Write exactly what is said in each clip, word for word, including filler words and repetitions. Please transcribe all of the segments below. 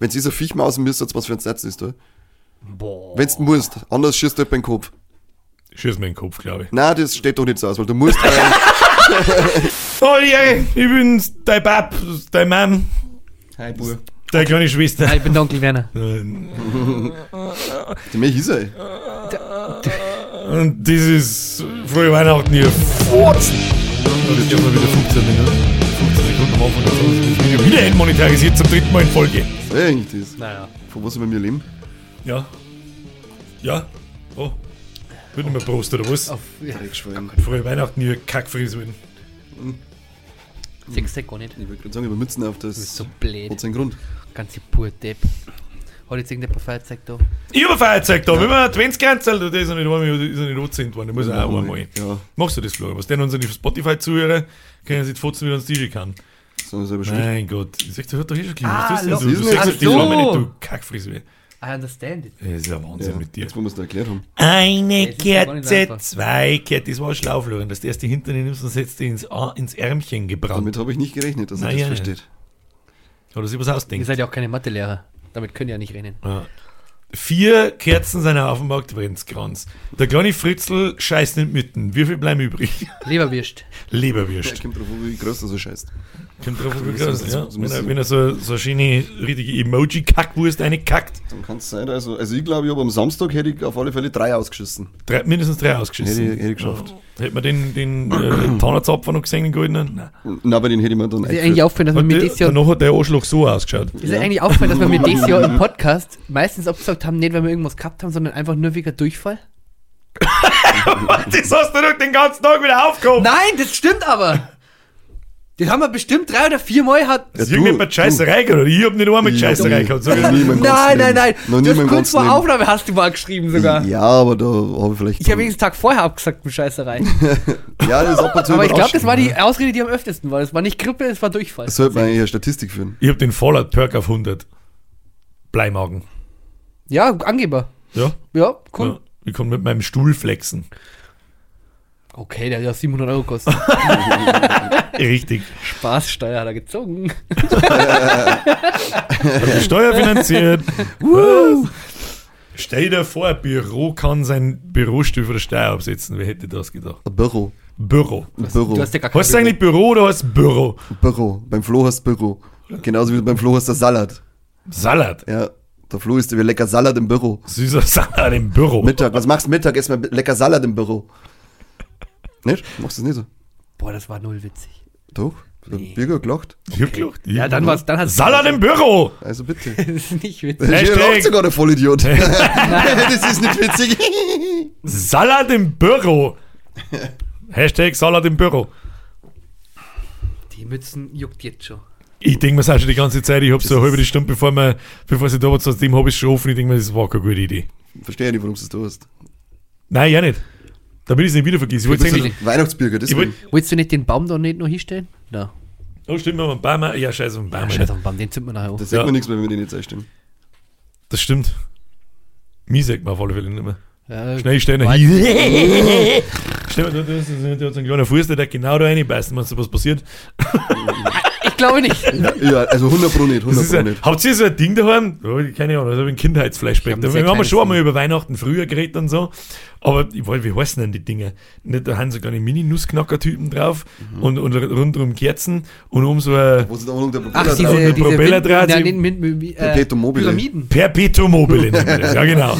Wenn du so Viech mausen müsst, was für ein Satz ist da. Boah. Wenn du musst, anders schießt du halt beim Kopf. Schieß mir in den Kopf, glaube ich. Nein, das steht doch nicht so aus, weil du musst rein. Oh yeah, ich bin's, dein Pap, dein Mann, Hi, Bub. deine kleine Schwester. Nein, ich bin der Onkel Werner. Die mehr hieß er. Und das ist frohe Weihnachten hier. Furzen! Und jetzt haben wir wieder fünfzehn Minuten. fünfzehn Sekunden am Anfang. Das Video wieder entmonetarisiert zum dritten Mal in Folge. Was wäre eigentlich das? Naja. Von was wir mir leben? Ja. Ja. Oh. Wird nicht mehr Prost, oder was? Auf ja. Dreckschwein. Frohe Weihnachten hier, Kackfrisuren. sechs Sek gar nicht. Ich wollte gerade sagen, über Mützen auf das. Du bist so blöd. Hat seinen Grund. Ganze pur Depp. Hat jetzt irgendein Feuerzeug da? Ich habe ein Feuerzeug da. Wenn wir Adventskanzel, da ist er nicht einmal, ist er nicht anzünd worden. Da muss er auch einmal. Ja, Machst du das, Florian? Was denn unsere Spotify-Zuhörer können sich die Fotzen wieder ans D J kann. so ist selber schuld. Mein Gott. Ich sag, du hast doch eh schon gehört. Ah, Was tust du denn? lo- Du, du Ach sagst die so. Flamme nicht, du Kackfrisur. I understand it. Das ist ja Wahnsinn Ja, mit dir. jetzt, wo wir es da erklärt haben. Eine Das ist ja gar nicht Kerze, einfach. zwei Kerzen. Das war schlau, Florian, dass du erst die hinteren nimmst und setzt die ins, A- ins Ärmchen gebrannt. Damit habe ich nicht gerechnet, dass er Nein, das ja, versteht. Oder sich was Ihr ausdenkt. seid ja auch keine Mathelehrer. Damit könnt ihr ja nicht rechnen. Ja. Vier Kerzen sind auf dem Adventskranz. Der kleine Fritzl scheißt nicht mitten. Wie viel bleiben übrig? Leberwürst. Ja, Leberwürst. kommt drauf, wie groß du so scheißt. Kommt drauf, wie So groß, muss- ja. so Wenn muss- er, wenn er so, so eine schöne, richtige Emoji-Kackwurst reinkackt, Dann kann es sein, also, also ich glaube, ich habe am Samstag hätte ich auf alle Fälle drei ausgeschissen. drei, mindestens drei Hätte ausgeschissen. ich, hätte ich geschafft. Hätte man den, den äh, Zahnarztapfer noch gesehen, den goldenen? Nein. Na, aber den hätte ich mir dann Ist ja eigentlich auffällt, dass wir Hat mit der, das Jahr danach hat der Arschloch so ausgeschaut. Ist ja eigentlich auffällt, dass wir mit das Jahr im Podcast meistens abgesagt haben, nicht weil wir irgendwas gehabt haben, sondern einfach nur wegen Durchfall. Das hast du doch den ganzen Tag wieder aufgehoben. Nein, das stimmt aber. Das haben wir bestimmt drei oder vier Mal hat. Das ist Ja, irgendjemand du- Scheißerei gehabt, oder? Ich hab nicht einmal mit Ich Scheißerei hab gehabt. nie- Sag ich. nie in meinem ganzen Nein, nein, Leben. nein. Noch nie Das in meinem kurz ganzen vor Leben. Aufnahme hast du mal geschrieben sogar. Ja, aber da habe ich vielleicht. Ich habe wenigstens Tag vorher abgesagt mit Scheißerei. Ja, das ist ab und zu Aber ich glaube, das überraschend. war die Ausrede, die am öftesten war. Das war nicht Grippe, es war Durchfall. Das sollte man eigentlich eine Statistik führen. Ich hab den Fallout Perk auf hundert. Bleimagen. Ja, Angeber. Ja? Ja, cool. Ja. Ich kann mit meinem Stuhl flexen. Okay, der hat ja siebenhundert Euro gekostet. Richtig. Spaßsteuer hat er gezogen. Die Steuer finanziert. Was? Stell dir vor, ein Büro kann sein Bürostuhl von der Steuer absetzen. Wer hätte das gedacht? Ein Büro. Büro. Ein Büro. Du hast ja gar kein Heißt es eigentlich Büro oder heißt es Büro? Büro. Beim Flo heißt Büro. Genauso wie beim Flo heißt der Salat. Salat. Ja. Der Flo isst wie lecker Salat im Büro. Süßer Salat im Büro. Mittag. Was machst du Mittag? Ess mal lecker Salat im Büro. Nicht? Machst du das nicht so? Boah, das war null witzig. Doch. Der Nee. Birger gelacht. Ich hab gelacht. Ich Ja, hab dann gelacht. war's, dann hat's. Salat im Büro. Also bitte. Das ist nicht witzig. Hier Hashtag- lacht sogar der Vollidiot. Das ist nicht witzig. Salat im Büro. Hashtag Salat im Büro. Die Mützen juckt jetzt schon. Ich denke mir das auch schon die ganze Zeit, ich habe so eine halbe Stunde, bevor, wir, bevor sie da war, zu dem habe ich schon offen, ich denke mir, das war keine gute Idee. Verstehe nicht, warum du es da hast. Nein, ja nicht. Damit ich es nicht wieder vergesse. Ich wollte Das ist eigentlich. ein Weihnachtsbürger, Ich deswegen. wollt, Willst du nicht den Baum da nicht noch hinstellen? Na. oh, stimmt, wir haben einen Baum. Ja, scheiße, einen Baum. Ah, Scheiß auf den Baum, den zünden wir nachher Da auf. sieht Ja. man nichts mehr, wenn wir den jetzt einstellen. Das stimmt. Mich sagt man auf alle Fälle nicht mehr. Ja, Schnell, ich stelle ihn Weit- hin. Stell dir, da ist da hat so ein kleiner Fuß, der darf genau da reinbeißen, wenn so was passiert. ich glaube nicht. Ja, also hundert Pro nicht, Das hundert ist Pro ein, nicht. habt ihr so ein Ding daheim? Ja, keine Ahnung, das habe ich ein Kindheitsflashback. Ich hab Da ein sehr haben wir schon kleines einmal über Weihnachten früher geredet und so. Aber ich weiß, wie heißen denn die Dinge? Nicht, da haben so kleine Mini-Nussknacker-Typen drauf und, und rundherum Kerzen und um so ein Wo sie da unten der Ach, Propeller diese, drauf- und diese Propeller Wind- draht ja, sie- nee, mit, mit, mit, äh, Perpetuum mobile. Pyramiden. Perpetuum mobile. nennen wir das. Ja, genau.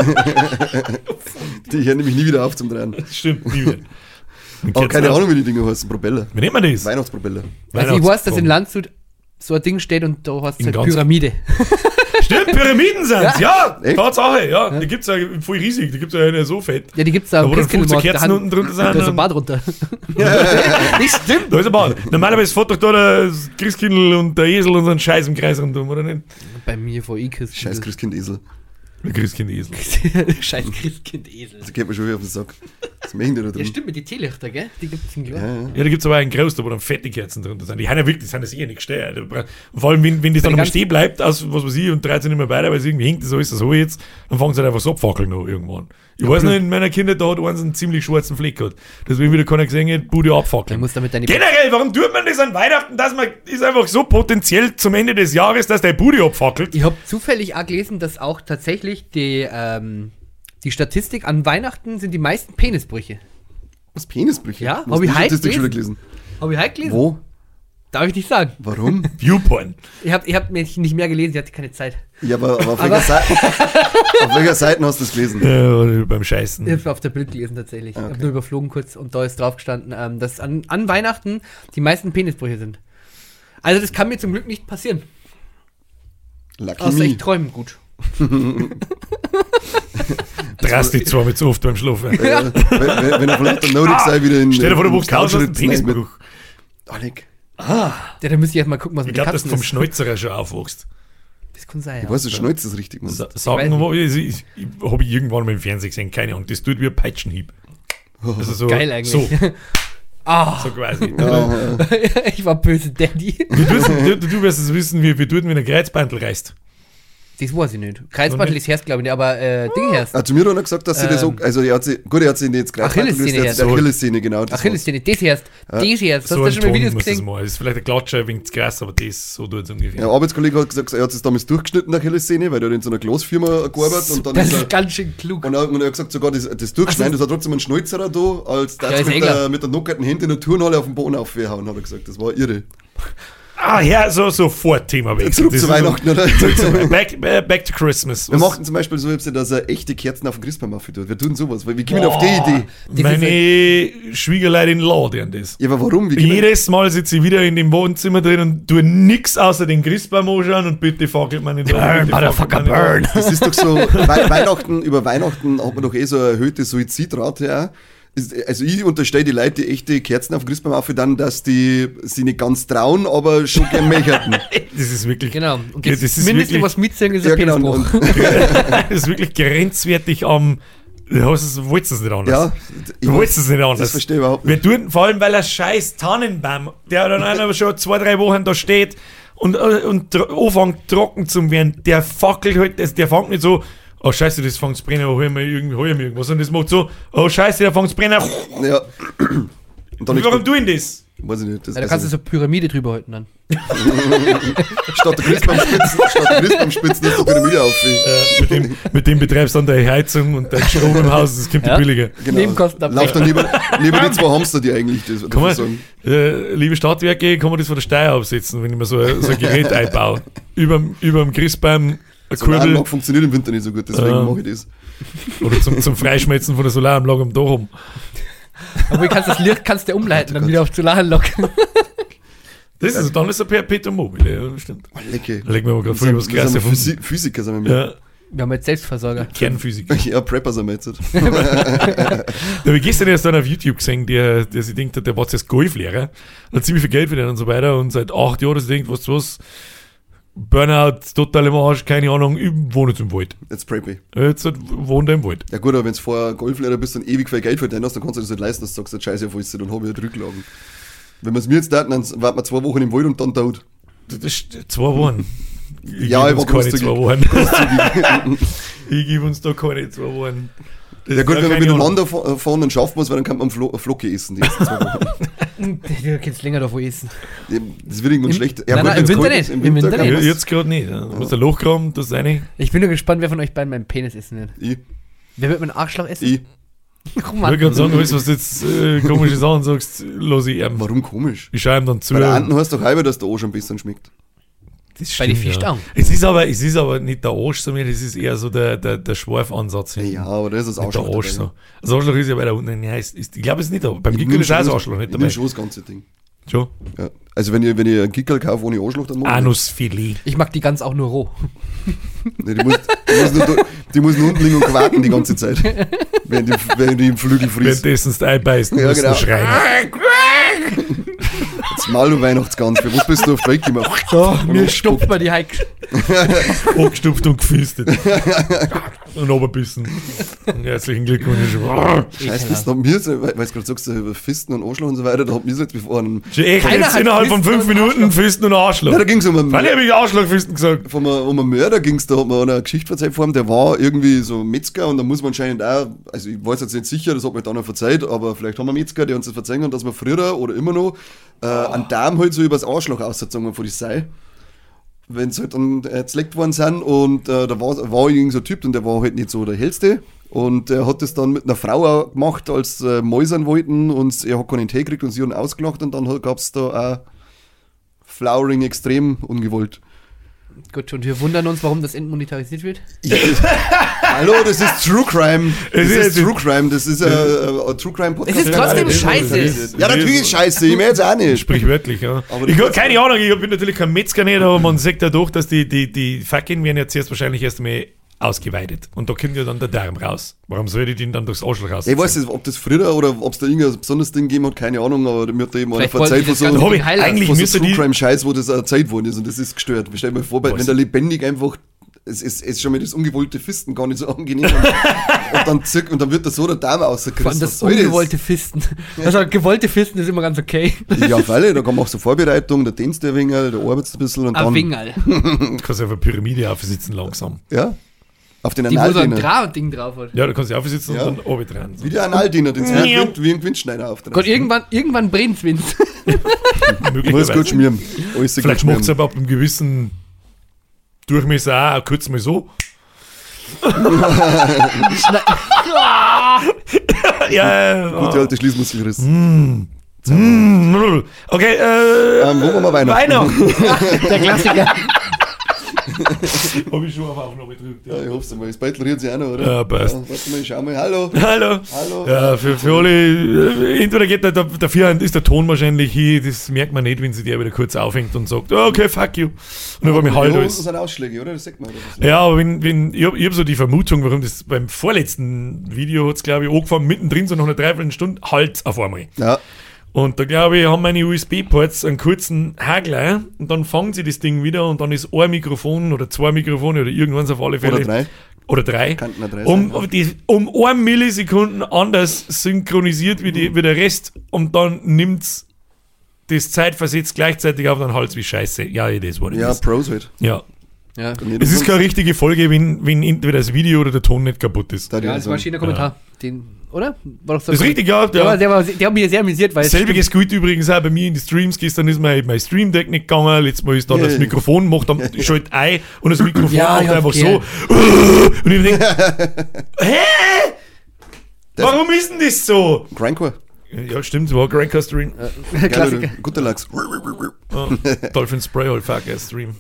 Die hören nämlich nie wieder auf zum Drehen. Stimmt, nie wieder. Und Aber Kerzen keine auch. Ahnung, wie die Dinger heißen. Propeller. Wie nennt man das? Weihnachtspropeller. Also ich weiß, dass in Weihnachtsbaum. Landshut so ein Ding steht und da hast du In halt ganz- Pyramide. Stimmt, Pyramiden sind ja. ja, Echt? Tatsache, ja. Die gibt es ja voll riesig, die gibt es ja nicht so fett. Ja, die gibt's Da da am wo dann fünfzehn Christkindlmarkt, Kerzen da unten drunter sind. Da ist ein dann- Bad runter. Das stimmt. Da ist ein Bad. Normalerweise fährt doch da der Christkindl und der Esel und so ein Scheiß im Kreis rundum, oder nicht? Bei mir vor ich Christkind. Scheiß Christkind-Esel. Der Christkind-Esel. Scheiß Christkind-Esel. Das geht mir schon wieder auf den Sack. Das möchten die da Ja, drin. stimmt, mit den Teelichter, gell? Die gibt es in Ja, Glas. ja. Ja, da gibt es aber einen großen, wo dann fette Kerzen drunter sind. Die haben ja wirklich, die sind das eh nicht gesteuert. Vor allem, wenn, wenn das dann die noch ganzen- stehen bleibt, aus was weiß ich, und dreht sich nicht mehr weiter, weil es irgendwie hängt, so ist das so jetzt, dann fangen sie halt einfach so abfackeln noch irgendwann. Ich weiß noch, in meiner Kinder, da hat eins einen ziemlich schwarzen Fleck gehabt. Deswegen wieder keiner gesehen hat, Bude Dann abfackeln. musst du damit deine Generell, warum tut man das an Weihnachten, dass man, ist einfach so potenziell zum Ende des Jahres, dass der Bude abfackelt? Ich habe zufällig auch gelesen, dass auch tatsächlich die, ähm, die Statistik an Weihnachten sind die meisten Penisbrüche. Was, Penisbrüche? Ja, Was hab ich die heute Statistik schon wieder gelesen. gelesen. Habe ich halt gelesen. Wo? Darf ich nicht sagen. Warum? Viewporn. Ich habe ich hab mir nicht mehr gelesen, ich hatte keine Zeit. Ja, aber, aber, auf, Aber- welcher Seite, auf welcher Seite hast du das gelesen? Ja, oder beim Scheißen. Ich habe auf der Bild gelesen tatsächlich. Ich Okay. habe nur überflogen kurz und da ist drauf gestanden, ähm, dass an, an Weihnachten die meisten Penisbrüche sind. Also das kann mir zum Glück nicht passieren. Lucky Außer me. ich träume gut. Drast dich zwar mit so oft beim Schlafen. Ja, wenn, wenn, wenn er vielleicht dann nodig sei, wieder in Stell dir vor, du in- buchst Haus aus dem Schritt mit- Penisbruch. Alec, Ja, da müsste ich erst mal gucken, was Ich mit glaube, den dass Katzen du vom ist. Schnäuzerer schon aufwachst. Das kann sein, ich ja. weiß, du schneuzt das richtig. Mann. Sa weiß sagen wir nicht. mal, ich, ich, ich, habe ich irgendwann mal im Fernsehen gesehen, keine Ahnung. Das tut wie ein Peitschenhieb. Also so, Geil eigentlich. So, Ah, so quasi. Ja, ja. ich war böse Daddy. Wie tust, du, du wirst es wissen, wie, wie tut, wenn ein Kreuzbandel reißt. Das weiß ich nicht. Kreuzbandel ist Herz, glaube ich nicht, aber äh, Ding Herz. Ah, zu mir hat er gesagt, dass sie das so, Ähm. also er hat sie, gut, er hat sie nicht jetzt gerade Achillessehne jetzt jetzt. Achillessehne, genau. das Achillessehne, das Herz. Das Herz. Hast So du ein schon mal Ton Videos muss das gesehen? mal. Das ist vielleicht ein Klatscher, ein wenig zu krass, aber das, so tut es ungefähr. war's. Ein Arbeitskollege hat gesagt, er hat es damals durchgeschnitten, die Achillessehne, weil er hat in so einer Glasfirma gearbeitet und dann Das ist er, ist ganz schön klug. und er, und er hat gesagt, sogar das, das Durchschneiden, das hat trotzdem einen Schnäuzerer da, als Ja, das ist mit, eh der, klar. mit der nackerten Hand in der Turnhalle auf den Boden aufhauen, hat er gesagt. Das war irre. Ah, ja, so, sofort Thema weg. Zurück Das zu ist Weihnachten, oder? So, back, äh, back to Christmas. Wir Was- machen zum Beispiel so, dass er echte Kerzen auf den Christbaum aufgetut. Wir tun sowas, weil wir kommen auf die Idee. Das Meine Schwiegerleute in Law, die haben das. Ja, aber warum? Wie kommen- Jedes Mal sitze ich wieder in dem Wohnzimmer drin und tue nix außer den Christbaum anschauen und bitte fackelt man nicht an. Bitte fackelt man nicht an. Das ist doch so, Wei Weihnachten, über Weihnachten hat man doch eh so eine erhöhte Suizidrate auch. Ist, also ich unterstelle die Leute, die echte Kerzen auf den Christbaum auf, dann, dass die sich nicht ganz trauen, aber schon gern möchten. Das ist wirklich, Genau. Und Ja, das, das ist Mindeste, wirklich- was mitsingen, ist Ja, ein genau. Penisbruch. Und, das ist wirklich grenzwertig am. Du hast es, wolltest es nicht anders. ja, ich Du wolltest es nicht das anders. verstehe ich überhaupt Wir nicht. tun, vor allem, weil er scheiß Tannenbaum, der dann einer schon zwei, drei Wochen da steht und, äh, und tro- anfängt trocken zu werden, der fackelt halt, das- der fängt nicht so, oh scheiße, das fängt zu brennen, hol mir irgendwie, hol mir irgendwas, und das macht so, oh scheiße, der fängt zu brennen. Ja. Und dann Warum tun das? weiß ich nicht. Das, Ja, da kannst du so eine Pyramide drüber halten dann. statt der Christbaumspitzen, statt der Christbaumspitzen ist die Pyramide auf. Äh, mit, dem, mit dem betreibst du dann deine Heizung und dein Strom im Haus, das kommt Ja. dir billiger. Genau. Nebenkostenabdeckung. Lauf dann lieber, lieber die zwei Hamster, die eigentlich das Kann man, sagen. äh, liebe Stadtwerke, kann man das von der Steuer absetzen, wenn ich mir so, ein- so ein Gerät einbaue. Überm, überm Christbaum ein So eine Kurbel Anlage funktioniert im Winter nicht so gut, deswegen Ja. mache ich das. oder zum, zum Freischmelzen von der Solaranlage am Dach rum. Aber du kannst das Licht kannst du umleiten, dann Gott. wieder auf Solaranlage. Das ist, dann ist ein Perpetuum mobile, ja, das stimmt. Oh, lecke. Da legen wir mal gerade Wir früh was sind, wir sind Krasses von. Physi Physiker, sind wir. Ja, Wir haben jetzt Selbstversorger. Kernphysik. Ja, Prepper sind wir jetzt. Da habe ich gestern erst einen auf YouTube gesehen, der, der sich denkt, der war jetzt Golflehrer, hat ziemlich viel Geld verdient und so weiter und seit acht Jahren sich denkt, was was, Burnout, total im Arsch, keine Ahnung, ich wohne jetzt im Wald. Jetzt Preppy. Jetzt wohnt er im Wald. Ja gut, aber wenn du vorher Golflehrer bist und ewig viel Geld verdienen hast, dann kannst du das nicht leisten, dass du sagst, scheiße, auf alles, dann habe ich halt Rücklagen. Wenn wir es mir jetzt daten, dann warten wir zwei Wochen im Wald und dann tot. Das ist zwei Wochen. Ich Ja, gebe ich uns war keine großzügig. zwei Wochen. Ich gebe uns da keine zwei Wochen. Das Ja ist gut, gar wenn wir keine Ahnung. miteinander fa- fahren, dann schaffen wir es, weil dann kann man Flo Flocke essen. Die ersten zwei Wochen. Du kannst länger davon essen. Das wird irgendwann Im- schlecht. Nein, nein, wenn's im Winter kalt nicht. ist, Im Im Winter Winter kann Ja, nicht. man's- jetzt gerade nicht. Ja. Du musst ein Loch graben, das ist eine. Ich bin nur gespannt, wer von euch beiden meinen Penis essen wird. Ich, Wer wird meinen Arschloch essen? ich. Oh Ich Mann. wollte gerade sagen, alles, was du jetzt äh, komische Sachen sagst, lass ich ihm. Warum komisch? Ich schaue ihm dann zu. Bei der Anden heißt doch halber, dass der Arsch am besten schmeckt. Das Bei den stimmt, Fischaugen. Ja. Es ist aber, es ist aber nicht der Arsch, sondern es ist eher so der, der, der Schwarfansatz. hinten. Ja, aber das ist das Nicht der Arschloch. Arsch dabei. so. Das Arschloch ist ja weiter unten. Ja, ist, ist, ich glaube, es ist nicht da. Beim Ich Gickel nehm ist auch das schon Arschloch nicht Ich dabei. nehme schon das ganze Ding. Schon. Ja. Also wenn ich, wenn ich einen Gickel kaufe ohne Arschloch, dann mache ich Anusfilet. Ich mag die ganz auch nur roh. Nee, die, muss, die, muss nur, die muss nur unten liegen und quaken die ganze Zeit. Während die, während die im Flügel frisst. Währenddessen du einbeißt, Ja, musst du genau. schreien. Jetzt mal du Weihnachtsgans. Für was bist du auf die Welt gemacht? So, mir stopft man die Heik. Angestupft und gefistet. und oberbissen. Herzlichen Glückwunsch. Scheiß Fisten haben wir, weil weil du gerade sagst, über Fisten und Arschloch und so weiter, da hat mir jetzt bevor einen. Echt, Keiner jetzt hat innerhalb von Fisten fünf und Minuten Arschloch. Fisten und Arschloch. Ja, da ging es um einen, Weil ich habe Arschlochfisten gesagt. von einem, um einen Mörder ging's, da hat man eine Geschichte erzählt vor ihm, der war irgendwie so Metzger und da muss man anscheinend auch, also ich weiß jetzt nicht sicher, das hat mir dann noch verzeiht, aber vielleicht haben wir Metzger, die uns das verzeihen können, dass man früher oder immer noch äh, einen Darm halt so übers Arschloch ausgezogen haben von die Sei. Wenn sie halt dann äh, zleckt worden sind und äh, da war, war irgend so ein Typ und der war halt nicht so der hellste und er hat das dann mit einer Frau auch gemacht, als äh, Mäusern wollten und er hat keinen Tee gekriegt und sie haben ausgelacht und dann halt gab es da auch Flowering extrem ungewollt. Gut, und wir wundern uns, warum das entmonetarisiert wird. Ich, hallo, das ist True Crime. Das Es ist, ist- True Crime. Das ist ein äh, True Crime Podcast. Es ist trotzdem Ja, scheiße. Ja, natürlich ist scheiße. Ich meine jetzt auch nicht. Sprichwörtlich, ja. Aber Ich das- hab keine Ahnung, ich bin natürlich kein Metzger nicht, aber man sagt ja doch, dass die, die, die Fackeln werden jetzt erst wahrscheinlich erst mal ausgeweitet. Und da kommt ja dann der Darm raus. Warum soll ich den dann durchs Arschloch raus? Ich weiß nicht, ob das früher oder ob es da irgendein besonderes Ding gegeben hat, keine Ahnung, aber mir hat da eben einer Vielleicht wollten verzeiht die von das so, Ganze hab ich gegen Highlights. eigentlich von so müsste True die- Crime Scheiß, wo das erzählt worden ist und das ist gestört. Stell dir mal vor, Was? wenn der lebendig einfach, es ist, es ist schon mal das ungewollte Fisten gar nicht so angenehm und, und dann zick, und dann wird da so der Darm Vor allem rausgerissen. das ungewollte Fisten. Also gewollte Fisten ist immer ganz okay. Ja, auf alle, da kann man auch so Vorbereitung, da dehnst du ein wenig, da arbeitest du ein bisschen und Ein dann, Wingerl. Du kannst auf eine Pyramide aufsitzen langsam. ja, auf den Die, wo so ein Analdiener. Drahtding drauf hat. Ja, da kannst du aufsitzen Ja. und dann oben dran. Wie der Analdiener, den Ja. wie, ein Wind- wie ein Windschneider auf. Gott, irgendwann, irgendwann brennt's, Vince. Muss gut schmieren. Alles gut Vielleicht macht es schmieren. aber ab einem gewissen Durchmesser auch kurz mal so. ja, ja, Gute ja. alte Schließmuskelriss. Mm, okay, äh, Ähm, wo waren wir Weihnachten? Weihnachten. Der Klassiker. Hab ich schon auf Aufnahme gedrückt. Ja, Ja. ich hoffe mal. Das Beitel rührt sich auch noch, oder? Ja, passt. warte mal, ich schau mal. Hallo. Hallo. Hallo. Ja, für, für alle, äh, entweder geht der, der, dafür ist der Ton wahrscheinlich hier, das merkt man nicht, wenn sie der wieder kurz aufhängt und sagt, oh, okay, fuck you. Und über mich halt Das alles. sind Ausschläge, oder? Das sagt man. Oder was? Ja, aber wenn, wenn, ich habe hab so die Vermutung, warum das beim vorletzten Video hat es, glaube ich, angefangen, mittendrin, so nach einer Dreiviertelstunde, halt auf einmal. Ja. Und da glaube ich, haben meine U S B-Ports einen kurzen Hagler und dann fangen sie das Ding wieder und dann ist ein Mikrofon oder zwei Mikrofone oder irgendwann auf alle Fälle. Oder drei. Oder drei. Könnten auch drei um, sein, ja. um, die, um eine Millisekunden anders synchronisiert wie, die, wie der Rest und dann nimmt's das zeitversetzt gleichzeitig auf den Hals wie Scheiße. Ja, das war Ja, das. Pros halt. Ja. Ja, Es ist keine richtige Folge, wenn, wenn entweder das Video oder der Ton nicht kaputt ist. ja das war ein schöner Kommentar. Den, oder? War doch so. Das ist richtig, ja. Der, war, ja. der, war, der hat mich sehr amüsiert, weil es Selbiges gilt übrigens auch bei mir in die Streams. Gestern ist mir mein Stream Deck nicht gegangen. Letztes Mal ist dann Ja, das ja. Mikrofon, macht dann schaltet ein und das Mikrofon Ja, macht ich hab's einfach gehört. so. Und ich denke, hä? Warum ist denn das so? Grindcore. Ja, stimmt, war Grandcar Stream. Klassiker. Geil, guter Lachs. Ah, Dolphin Spray All Fuck Stream.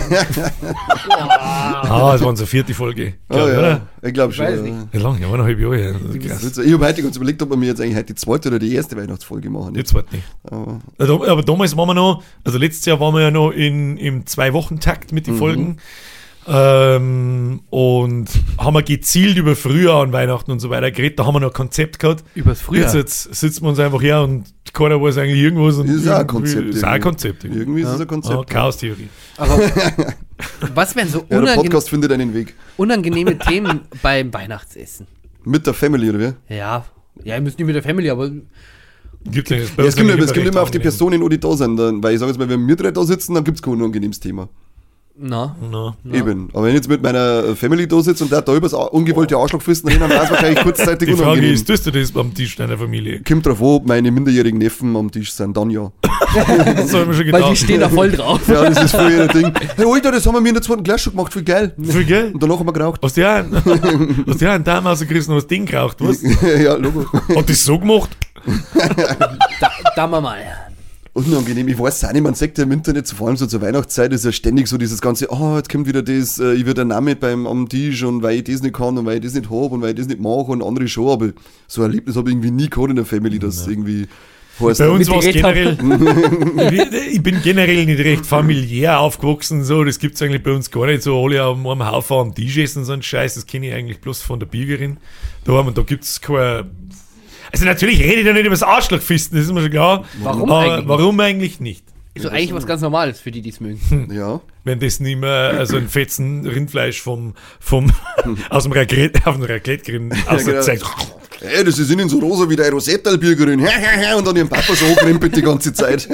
ah, es war unsere vierte Folge. Oh, Glaub ich, ja. oder? Ich glaube Ich weiß schon. nicht. ja. Wie lange? Ja, eineinhalb Jahre. Ja. Das ist Das krass. ist so- Ich habe heute ganz überlegt, ob wir mir jetzt eigentlich heute die zweite oder die erste Weihnachtsfolge machen. Jetzt warte nicht. Aber Also, aber damals waren wir noch, also letztes Jahr waren wir ja noch in, im Zwei-Wochen-Takt mit den Folgen. Ähm, und haben wir gezielt über Frühjahr an Weihnachten und so weiter geredet. Da haben wir noch ein Konzept gehabt. Übers Frühjahr. Jetzt, jetzt sitzen wir uns einfach her und keiner weiß eigentlich irgendwas. Und Das ist auch ein irgendwie- Konzept. Ist auch ein Konzept. irgendwie. irgendwie ist es ein Ah, Konzept. Chaos-Theorie. Aber was wären so Ja, der unange Podcast findet einen Weg. unangenehme Themen beim Weihnachtsessen? Mit der Family, oder wie? Ja, ja, ihr müsst nicht mit der Family, aber Gibt's ja jetzt bei Ja, uns es kommt, eigentlich es kommt recht immer auf die angenehm. Personen, die da sind. Dann, weil ich sage jetzt mal, wenn wir drei da sitzen, dann gibt es kein unangenehmes Thema. na. Na. Eben. Aber wenn ich jetzt mit meiner Family da sitze und der da über das ungewollte Arschlochfisten reden, dann wäre es wahrscheinlich kurzzeitig Die Frage unangenehm. ist, tust du das am Tisch deiner Familie? Kommt drauf an, ob meine minderjährigen Neffen am Tisch sind, dann ja. Das habe ich mir schon Weil die gedacht. stehen da voll drauf. Ja, das ist voll ihr Ding. Hey, Alter, das haben wir mir in der zweiten Klasse schon gemacht, voll geil. Viel Geld? Und danach haben wir geraucht. Hast du ja einen, hast du ja einen Darm rausgerissen und hast den geraucht, was? Ja, Logo. Hat das so gemacht? Da, da mal mal. Unangenehm. Ich weiß es auch nicht, man sagt ja im Internet, vor allem so zur Weihnachtszeit, ist ja ständig so dieses ganze, oh, jetzt kommt wieder das, äh, ich werde ein Name beim, am Tisch und weil ich das nicht kann und weil ich das nicht habe und weil ich das nicht mache und andere schon, aber so ein Erlebnis habe ich irgendwie nie gehabt in der Family, das irgendwie heißt, Bei uns Mit war es die generell, ich bin generell nicht recht familiär aufgewachsen, so, das gibt's eigentlich bei uns gar nicht, so alle am, am Haufen am Tisch essen, so ein Scheiß, das kenne ich eigentlich bloß von der Bürgerin. Da, haben wir, da gibt's keine, also natürlich rede ich da nicht über das Arschlochfisten, das ist mir schon klar. Warum aber eigentlich? warum eigentlich nicht? Ist doch eigentlich was ganz Normales für die, die es mögen. Ja. Wenn das nicht mehr also ein fetzen Rindfleisch vom, vom aus dem Raclette, auf dem Raclette-Grill ausgezeigt. Hey, das ist innen so rosa wie dein Rosetta-Biergrün. Und dann ihren Papa so hochkrempelt die ganze Zeit.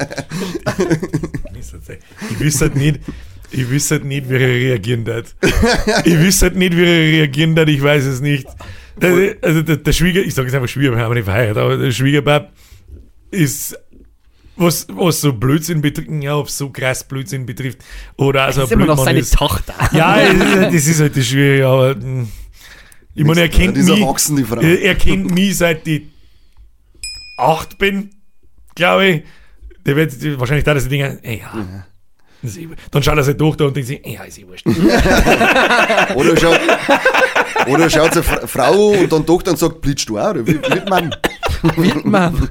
Ich wüsste halt nicht, ich wüsste halt nicht, wie er reagieren wird. Ich wüsste halt nicht, wie er reagieren wird, ich weiß es nicht. Der, also der, der Schwieger, ich sage jetzt einfach Schwieger, wir haben nicht verheiratet, aber der Schwiegerpap ist, was, was so Blödsinn betrifft, ja, ob es so krass Blödsinn betrifft, oder also Das ist immer noch seine ist. Tochter. Ja, das ist halt das Schwierige, aber mh, ich meine, er kennt Diese mich, erwachsene Frau. er, er kennt mich seit ich acht bin, glaube ich. Der wird wahrscheinlich da, dass die Dinger, ey, ja. Ja. Das ist eh- Dann schaut er seine Tochter und denkt sich, ey, ja, ist eh wurscht. Oder schaut, oder schaut seine Fra- Frau und dann Tochter und sagt, blitzt du auch, oder? Wie, wie Mann. Mann.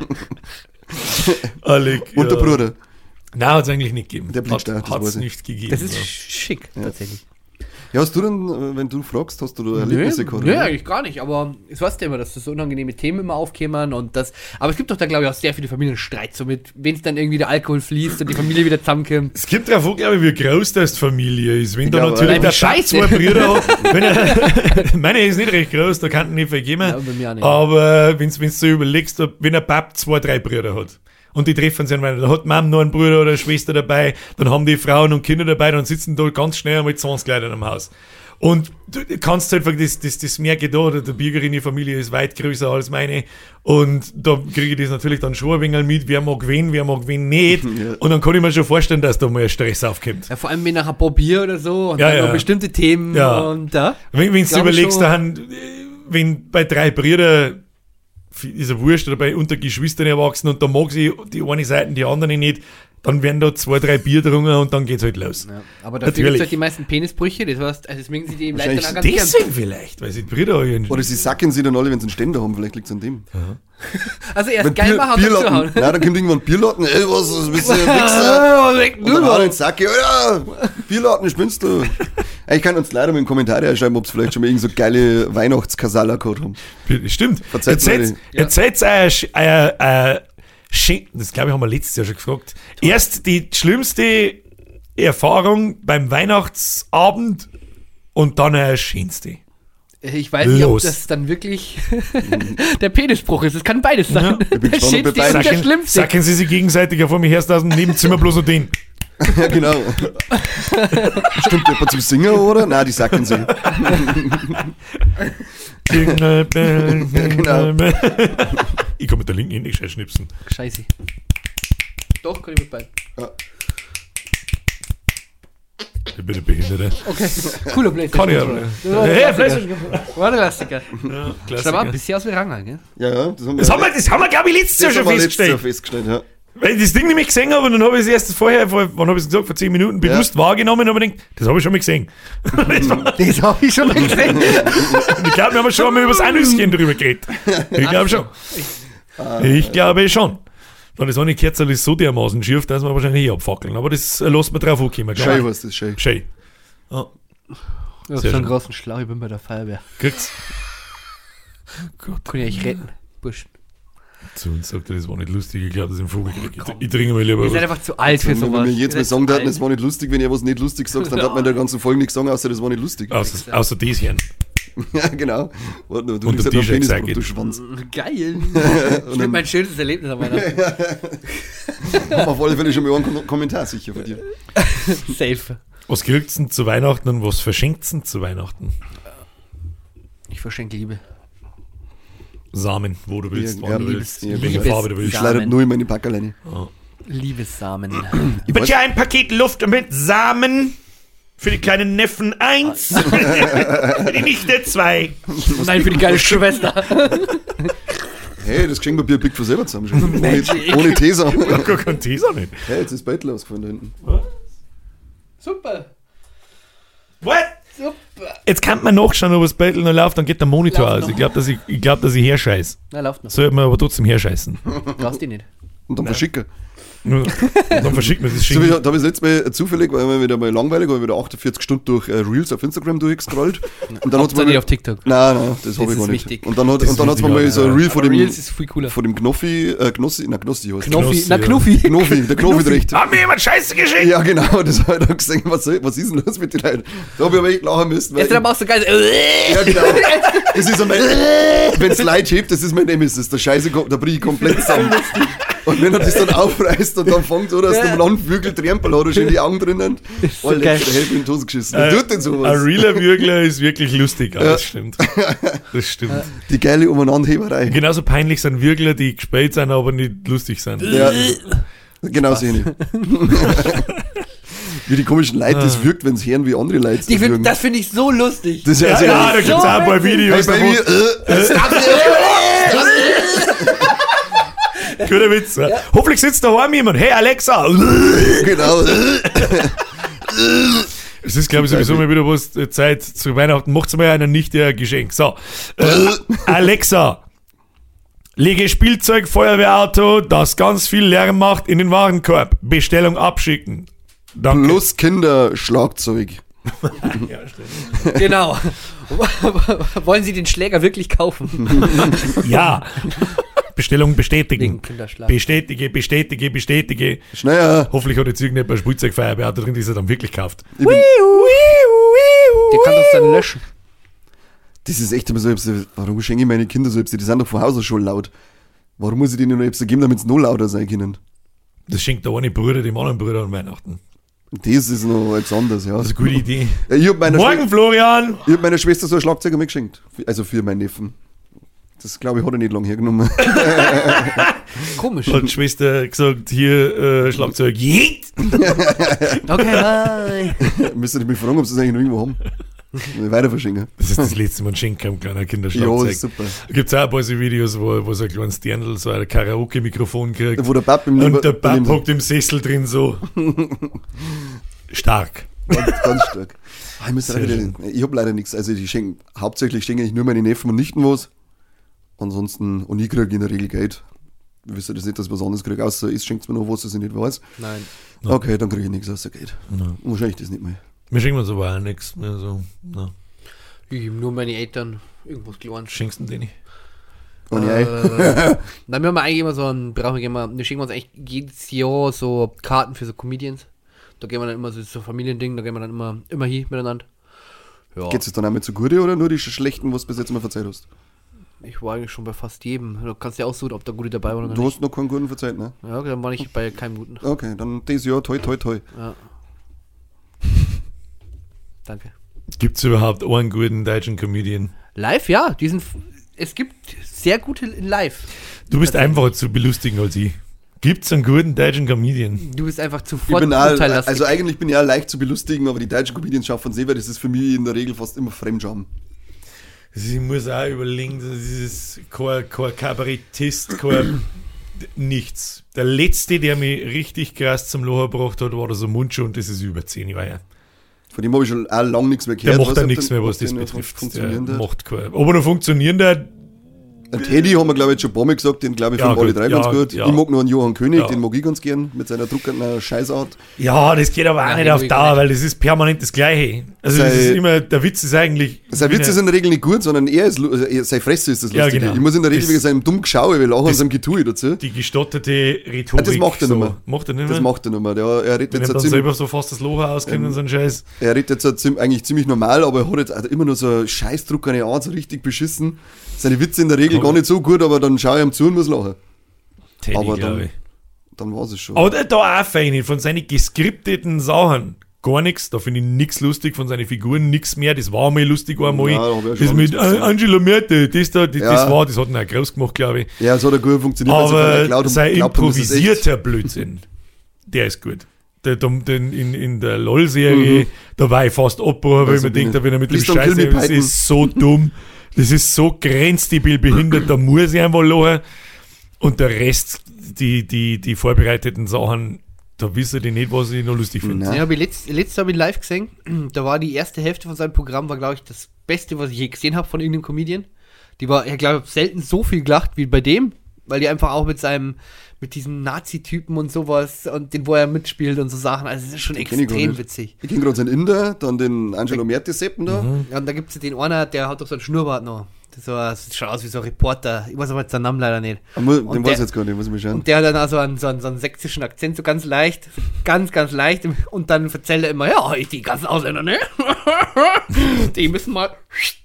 Alec, Und der ja. Bruder. Nein, hat es eigentlich nicht gegeben. Der blitzt auch, hat das es weiß ich. nicht gegeben. Das ist ja. schick, tatsächlich. Ja, hast du denn, äh, wenn du fragst, hast du da Erlebnisse gehabt? Nö, oder? eigentlich gar nicht, aber es weißt ja immer, dass das so unangenehme Themen immer aufkämen und das, aber es gibt doch da, glaube ich, auch sehr viele Familienstreit, so mit, wenn es dann irgendwie der Alkohol fließt und die Familie wieder zusammenkommt. Es gibt darauf, glaube ich, wie groß das die Familie ist. Wenn Ich da glaube, natürlich nein, der wie Pap scheiße. zwei Brüder hat, wenn er, meine ist nicht recht groß, da kann nicht vergeben. Ja, bei mir auch nicht. Aber wenn du so überlegst, ob- wenn ein Pap zwei, drei Brüder hat und die treffen sich, weil da hat Mom noch einen Bruder oder eine Schwester dabei, dann haben die Frauen und Kinder dabei, dann sitzen da ganz schnell einmal zwanzig Leute in einem Haus. Und du kannst halt, das, das, das merke ich da, der Bürgerinnenfamilie ist weit größer als meine. Und da kriege ich das natürlich dann schon ein wenig mit, wer mag wen, wer mag wen nicht. Ja. Und dann kann ich mir schon vorstellen, dass da mal ein Stress aufkommt. Ja, vor allem wenn nach ein paar Bier oder so und Ja, dann ja. noch bestimmte Themen Ja. und da. Wenn, wenn du Glaub überlegst, schon. da haben, äh, wenn bei drei Brüdern ist ja wurscht, oder bei unter Geschwistern erwachsen und da mag sie die eine Seite, die andere nicht, dann werden da zwei, drei Bier drungen und dann geht's halt los. Ja, aber dafür gibt es Natürlich. halt die meisten Penisbrüche, das heißt, also deswegen sind die eben Leute dann auch Wahrscheinlich ganz gern. Deswegen vielleicht, weil sie die Brüder haben. Oder sie sacken sie dann alle, wenn sie einen Ständer haben, vielleicht liegt es an dem. Also erst geil machen und dann Bierlatten, zuhauen. nein, dann kommt irgendwann Bierlatten, ey, was, was bist du, Wichser? Ah, was denkt Und du dann da? hauen ins Sack, ja, Bierlatten, spinnst du? Ey, ich kann uns leider mal in den Kommentaren schreiben, ob sie vielleicht schon mal irgend so geile Weihnachtskasala gehabt haben. Stimmt. Verzeiht Erzählt mir erzählt's euer, Sch- euer, euer Sch- das glaube ich haben wir letztes Jahr schon gefragt. Erst die schlimmste Erfahrung beim Weihnachtsabend und dann euer schönste. Ich weiß nicht, ob Los. das dann wirklich der Penisbruch ist. Es kann beides sein. Ja. Der gespannt, ob schönste wir und beide- der Sacken, schlimmste. sacken sie sich gegenseitig vor mir herst aus dem Nebenzimmer bloß und den. Ja, genau. Stimmt jemand zum Singen, oder? Nein, die sacken sie. Jingle Bell, Ja, genau. Jingle Bell. Ich kann mit der linken Hand nicht schön schnipsen. Scheiße. Doch, kann ich mit beiden. Ich bin ein Behinderte. Okay, cooler Kann Playstation. ich aber. Das war der Hey, Klassiker. Playstation. War der Klassiker. Ja, Schau mal, Klassiker. ein bisschen aus wie Rangel, gell? Ja, ja, das haben wir, Das haben wir, das haben wir glaube ich, letztes Jahr das schon haben wir letztes Jahr festgestellt. festgestellt, ja. Weil ich das Ding nicht mehr gesehen habe und dann habe ich es erst vorher, vor, wann habe ich es gesagt, vor zehn Minuten bewusst wahrgenommen und habe gedacht, das habe ich schon mal gesehen. Das habe ich schon mal gesehen. Und ich glaube, wir haben schon einmal über das Anüschen drüber geredet. Ich glaube schon. Ich glaube schon. Dann ist eine Kerze ist so dermaßen schief, dass wir wahrscheinlich eh abfackeln. Aber das äh, lässt man drauf ankommen. glaub Schei ich. heißt das, Schei. Schei. Ja, Du hast Sehr schon einen schön. großen Schlauch, ich bin bei der Feuerwehr. kriegt's. Oh Gott. Kann ich euch retten, Burschen. Zu uns sagt er, das war nicht lustig. Ich glaube, das ist ein Vogel. Ich, ich trinke mal lieber Ihr seid was. einfach zu alt für Wenn wir sowas. mir jetzt Ihr mal seid sagen zu würden, alt. das war nicht lustig, wenn ihr was nicht lustig sagt, dann hat man in der ganzen Folge nichts sagen, außer das war nicht lustig. Außer, außer das hier. Ja, genau. Warte nur, du Und liegst der halt am T-Shirt Penisbruch, sagt, du Schwanz. Geil. Und Das wird dann mein schönstes Erlebnis an Weihnachten. haben wir auf alle Fälle schon mal einen Kom- Kommentar sicher von dir. Safe. Was kriegt's denn zu Weihnachten und was verschenkt's denn zu Weihnachten? Ich verschenke Liebe. Samen, wo du willst, Ja, wann du ja, willst, Liebes- in welcher Liebes- Farbe du Ich willst. Ja. schleudert Samen. nur in meine Packerleine. Liebessamen. Ich bitte ein Paket Luft mit Samen für die kleinen Neffen eins, für die Nichte zwei. Nein, für die geile Schwester. Hey, das Geschenkpapier biegt von selber zusammen schon. Ohne, Magic. ohne Tesa. Gar kein Teaser nicht. Hey, jetzt ist Beitel ausgefallen da hinten. Super. What? Super. Jetzt kann man nachschauen, ob das Beutel noch läuft, dann geht der Monitor Läuft aus. noch. Ich glaube, dass ich, ich, glaub, dass ich herscheiß. Na, läuft noch. Sollte man aber trotzdem herscheißen. Brauchst du nicht. Und dann verschicken. Und dann verschickt man das So, Schinken. da habe ich das letzte Mal zufällig, weil mir wieder mal langweilig, habe ich wieder achtundvierzig Stunden durch äh, Reels auf Instagram durchgescrollt. Und dann hat's Hauptsache mal nicht auf TikTok. Nein, nein, das, Das habe ich ist gar nicht. wichtig. Und dann hat Das und dann ist hat's mir wichtig, mal so ein ja. Reel von Aber dem Reels ist viel cooler. von dem Knoffi, äh, Knossi, na Knossi heißt der. Knoffi, Knossi, na ja. Knuffi. Knoffi, der Knoffi direkt. Haben mir jemand Scheiße geschickt? Ja, genau, das habe ich dann gesehen, was, soll- was ist denn los mit den Leuten? Da habe ich aber echt lachen müssen. Weil Jetzt dann machst du geil. ja, genau. Das ist so mein, wenn es Leid hebt, das ist mein Nemesis. Der Scheiße kommt, da bricht ich komplett zusammen. Und wenn er das dann aufreißt und dann fängt so, dass der Landvögel Trempel hat, schon die Augen drinnen. so Oh, lecker, geil. der Hälfte in die Hose geschissen. Äh, Wer tut denn Ein sowas? realer Würgler ist wirklich lustig, aber Ja. das stimmt. Das stimmt. Die geile Umeinanderheberei. Genauso peinlich sind Würgler, die gespielt sind, aber nicht lustig sind. Ja, genau so ähnlich. Wie die komischen Leute das wirkt, wenn es hören, wie andere Leute Ich find, wirken. das finde ich so lustig. Das ist ja, Ja, also, ja, da gibt es auch ein paar hey, Videos. bei davon. mir, äh, Guter Witz. Ja. Hoffentlich sitzt daheim jemand. Hey Alexa. genau. Es ist, glaube ich, sowieso mal wieder was äh, Zeit zu Weihnachten. Macht's mal einer nicht ein Geschenk. So. Äh, Alexa. Lege Spielzeug, Feuerwehrauto, das ganz viel Lärm macht, in den Warenkorb. Bestellung abschicken. Danke. Plus Kinderschlagzeug. Ja, stimmt. Genau. Wollen Sie den Schläger wirklich kaufen? Ja. Bestellung bestätigen. Wegen Kinderschlag. Bestätige, bestätige, bestätige. Schneller. Hoffentlich hat jetzt irgendjemand ein Spielzeugfeuerwehrauto drin, das er dann wirklich kauft. Ich bin, Der kann das dann löschen. das ist echt immer so, ich- warum schenke ich meine Kinder so, die sind doch von Haus aus schon laut. Warum muss ich denen noch etwas geben, damit sie noch lauter sein können? Das schenkt der eine Bruder dem anderen Bruder an Weihnachten. Das ist noch etwas anderes, ja. Das ist eine gute Idee. Ja, ich habe meiner, Morgen, Schwe Florian! ich hab meiner Schwester so ein Schlagzeuger mitgeschenkt. Also für meinen Neffen. Das, glaube ich, hat er nicht lange hergenommen. Komisch. Hat die Schwester gesagt, hier äh, Schlagzeug. Jeet! Okay, bye. Müsste ich mich fragen, ob sie es eigentlich noch irgendwo haben. Weiter verschenken. Das ist das letzte Mal ein Schenk am kleiner Ja, Kinderschlagzeug. ist super. Da gibt es auch ein paar so Videos, wo, wo so ein kleines Dirndl so ein Karaoke-Mikrofon kriegt. Wo der Papp im Und der Bab daneben- hockt im Sessel drin so. Stark. Ganz, ganz stark. Ah, ich, muss Sehr leider, schön. ich habe leider nichts. Also ich schenke, hauptsächlich schenke ich nur meine Neffen und Nichten was. Ansonsten, und ich kriege in der Regel Geld. Ich wüsste das nicht, dass ich was anderes kriege, außer es schenkt mir noch was, das ich nicht weiß. Nein. Okay, dann kriege ich nichts außer Geld. Ja. Wahrscheinlich das nicht mehr. Wir schenken uns aber auch nichts mehr so. Na. Ich hab nur meine Eltern irgendwas gelernt. Schenkst du den nicht? Oh nein. Äh, dann haben wir eigentlich immer so ein, brauchen wir immer, wir schenken uns eigentlich jedes Jahr so Karten für so Comedians. Da gehen wir dann immer so, so Familiending, da gehen wir dann immer, immer hin miteinander. Ja, Geht es dann auch mit zu Gute oder nur die schlechten, was du bis jetzt mal verzeiht hast? ich war eigentlich schon bei fast jedem. Du kannst ja aussuchen, ob da gute dabei waren oder Du nicht. hast noch keinen Guten verzeiht, ne? Ja, okay, dann war ich bei keinem guten. Okay, dann dieses Jahr toi toi toi. Ja. Danke. Gibt es überhaupt einen guten deutschen Comedian? Live, ja, die sind, es gibt sehr gute in live. Du bist einfacher zu belustigen als ich. Gibt es einen guten deutschen Comedian? Du bist einfach zu Ich bin auch, vorurteillastig. also eigentlich bin ich auch leicht zu belustigen, aber die deutschen Comedians schaffen selber, das ist für mich in der Regel fast immer Fremdscham. Also ich muss auch überlegen, das ist kein, kein Kabarettist, kein nichts. Der letzte, der mich richtig krass zum Lachen gebracht hat, war der so Mundschuh und das ist über zehn Jahre her. Von dem habe ich schon auch lange nichts mehr Der gehört. macht Weiß dann nicht, nichts ob mehr, was der das noch betrifft. Der funktionieren wird. macht kein, ob er noch funktionieren der Der Teddy haben wir, glaube ich, jetzt schon ein paar Mal gesagt, den glaube ich Ja, finden alle gut, drei ja, ganz gut. ja. Ich mag noch einen Johann König, Ja. den mag ich ganz gern, mit seiner druckenden Scheißart. Ja, das geht aber auch Nein, nicht auf ich Dauer, nicht. weil das ist permanent das Gleiche. Also Sei- das ist immer, der Witz ist eigentlich... Sein Witz ist in der Regel nicht gut, sondern er ist, lu- also er, seine Fresse ist das Ja, Lustige. genau. Ich muss in der Regel Das- wegen seinem dummen Geschaue, weil lachen und das- seinem Getue dazu. die gestottete Rhetorik. Ah, das macht er so. nicht mehr. Macht er nicht mehr? Das macht er nicht mehr. Der, er redet Wenn jetzt, er ein dann ziemlich, selber so fast das Loch auskennt und so ein Scheiß. er redet jetzt ein ziem- eigentlich ziemlich normal, aber er hat jetzt auch immer nur so einen Scheißdruck an die Art, so richtig beschissen. Seine Witze in der Regel Aber- gar nicht so gut, aber dann schaue ich ihm zu und muss lachen. Teddy, Aber glaube dann- ich. Dann war es schon. Aber da, da auch fein, von seinen geskripteten Sachen gar nichts, da finde ich nichts lustig, von seinen Figuren nichts mehr, das war mal lustig einmal. Ja, da hab ich ja schon das mit nichts gesehen. An- Angela Merte, das da, das, Ja. das war, das hat ihn auch groß gemacht, glaube ich. Ja, es hat ja gut funktioniert. weil sie von der Aber Cloud- sein glaubt haben, das ist echt- improvisierter Blödsinn, der ist gut. Der, der, den, in, in der LOL-Serie, Mhm. da war ich fast abgebrochen, weil ich Also mir denke, wenn er mit dem Please don't kill Scheiß, me, das Python. ist so dumm, das ist so grenzdebil behindert, da muss ich einfach lachen. Und der Rest, die, die, die vorbereiteten Sachen, da wissen die nicht, was ich noch lustig finde. Nein. Ja, habe ich letzt, letztes habe ich live gesehen. Da war die erste Hälfte von seinem Programm, war, glaube ich, das Beste, was ich je gesehen habe von irgendeinem Comedian. Die war, ich glaube, selten so viel gelacht wie bei dem. weil die einfach auch mit seinem, mit diesem Nazi-Typen und sowas und den, wo er mitspielt und so Sachen, also das ist schon extrem witzig. Ich kenne gerade den Inder, dann den Angelo Mertes-Seppen da. Mhm. Ja, und da gibt es den einer, der hat doch so einen Schnurrbart noch. Das, war, das schaut aus wie so ein Reporter. Ich weiß aber jetzt seinen Namen leider nicht. Aber den weiß ich jetzt gar nicht, muss ich mal schauen. Und der hat dann auch so einen, so einen, so einen sächsischen Akzent, so ganz leicht, so ganz, ganz leicht. Und dann erzählt er immer, ja, die ganzen Ausländer, ne? Die müssen mal...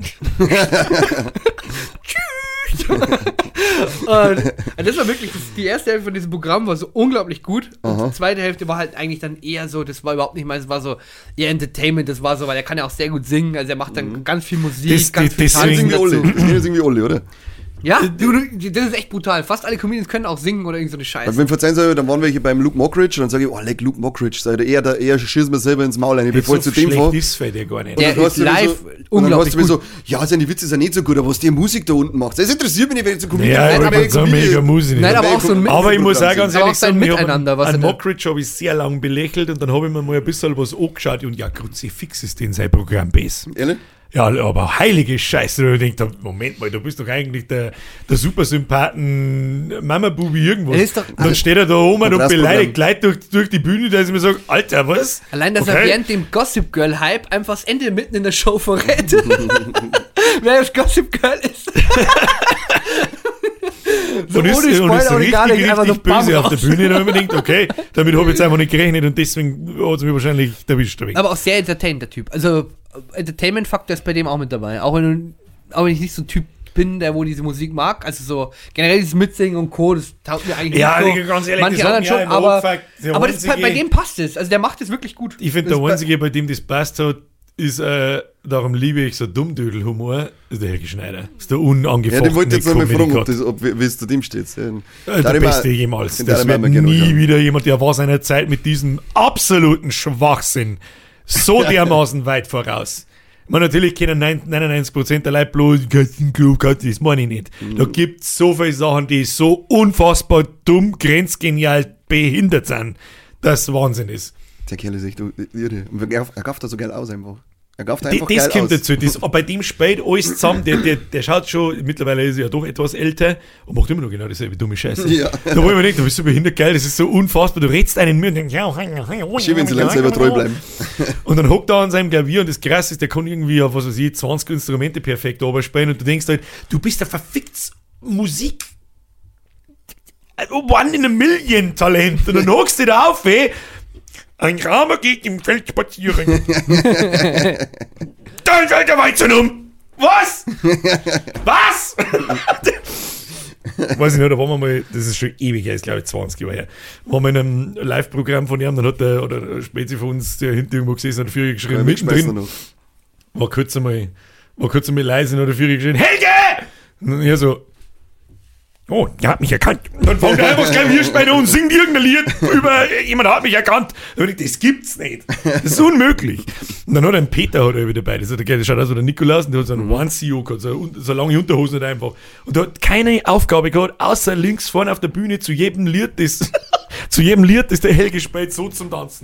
Tschüss! Und das war wirklich, das, die erste Hälfte von diesem Programm war so unglaublich gut. Und Aha. die zweite Hälfte war halt eigentlich dann eher so, das war überhaupt nicht mal, es war so eher Entertainment, das war so, weil er kann ja auch sehr gut singen, also er macht dann mhm. ganz viel Musik, das, ganz das, viel das Tanzen dazu. Das ist irgendwie Olli, oder? Ja, du, du, das ist echt brutal. Fast alle Comedians können auch singen oder irgend so eine Scheiße. Wenn verzeihen soll, dann waren welche beim Luke Mockridge und dann sage ich, oh, leck Luke Mockridge, sei der eher, der eher schießt mir selber ins Maul rein, bevor ich zu dem fahre. Das fällt dir gar nicht. Der ist live so, unglaublich gut. So, ja, seine Witze sind nicht so gut, aber was die Musik da unten macht, das interessiert mich nicht, wenn ich zu Comedian ja, bin. Ja, so mega Musik. Nein, aber auch so ein Aber ich muss auch ganz ehrlich sagen, Miteinander, an Mockridge habe ich sehr lange belächelt und dann habe ich mir mal ein bisschen was angeschaut und ja, Kruzifix ist in sein Programm besser. Ehrlich? Ja, aber heilige Scheiße, ich denke, Moment mal, du bist doch eigentlich der, der super Sympathen Mama-Bubi irgendwas. Doch, und dann steht er da oben und beleidigt Leute durch, durch die Bühne, dass ich mir sage, Alter, was? Allein, dass okay. er während dem Gossip Girl-Hype einfach das Ende mitten in der Show verrät. Wer das Gossip Girl ist. So und ist, und ist richtig, gar nicht, richtig so böse auf der Bühne. Da habe ich mir gedacht, okay, damit habe ich jetzt einfach nicht gerechnet und deswegen hat es mich wahrscheinlich erwischt. Aber auch sehr entertainend, der Typ. Also Entertainment-Faktor ist bei dem auch mit dabei. Auch wenn, auch wenn ich nicht so ein Typ bin, der wo diese Musik mag. Also so generell dieses Mitsingen und Co., das taugt mir eigentlich ja, nicht so. Ganz ehrlich, manche anderen schon, ja, aber, Fact, aber das, bei, bei dem passt es. Also der macht es wirklich gut. Ich finde, der einzige, bei dem das passt hat, ist, äh, darum liebe ich so Dummdödel-Humor, ist der Helge Schneider. Das ist der unangefochtene Ja, den wollte ich jetzt noch mal fragen, ob, das, ob wie es zu dem steht. Ja, der Beste jemals. Das wird nie wieder jemand, der war seiner Zeit mit diesem absoluten Schwachsinn so dermaßen weit voraus. Man natürlich kennen neunundneunzig Prozent der Leute bloß, das meine ich nicht. Mhm. Da gibt es so viele Sachen, die so unfassbar dumm, grenzgenial behindert sind, dass es Wahnsinn ist. Der Kerl ist echt irre. Er gafft da so geil aus einfach. Er gafft da einfach das geil kommt aus. dazu. Das, bei dem spielt alles zusammen. Der, der, der schaut schon, mittlerweile ist er ja doch etwas älter und macht immer noch genau dasselbe dumme Scheiße. Ja. Da wollen wir nicht, du bist so behindert geil, das ist so unfassbar. Du redest einen Mühe und denkst, ja, schön, wenn sie lang selber treu bleiben. Und dann hockt er an seinem Klavier und das Krasse ist, der kann irgendwie auf, was weiß ich, zwanzig Instrumente perfekt spielen und du denkst halt, du bist ein verficktes Musik One in a Million Talent. Und dann hockst du da auf, ey. Ein Kramer geht im Feld spazieren. Dann fällt der Weizen um. Was? Was? Weiß ich nicht, da waren wir mal, das ist schon ewig her, ist glaube ich zwanzig Jahre her, waren wir in einem Live-Programm von ihm, dann hat der, oder Spezi von uns, der hinter irgendwo gesessen, hat Führer geschrieben, ja, mittendrin, war kurz einmal, war kurz einmal leise und hat der Führer geschrieben, Helge! Und dann er so, oh, der hat mich erkannt. Dann fängt er einfach das Klavierspielen und singt irgendein Lied über, jemand hat mich erkannt. Und ich, das gibt's nicht. Das ist unmöglich. Und dann hat er einen Peter hat er wieder dabei. Das, der schaut aus wie der Nikolaus und der hat so einen Onesie gehabt, so, so lange Unterhosen nicht einfach. Und der hat keine Aufgabe gehabt, außer links vorne auf der Bühne zu jedem Lied, das, zu jedem Lied, das der Helge spielt, so zum Tanzen.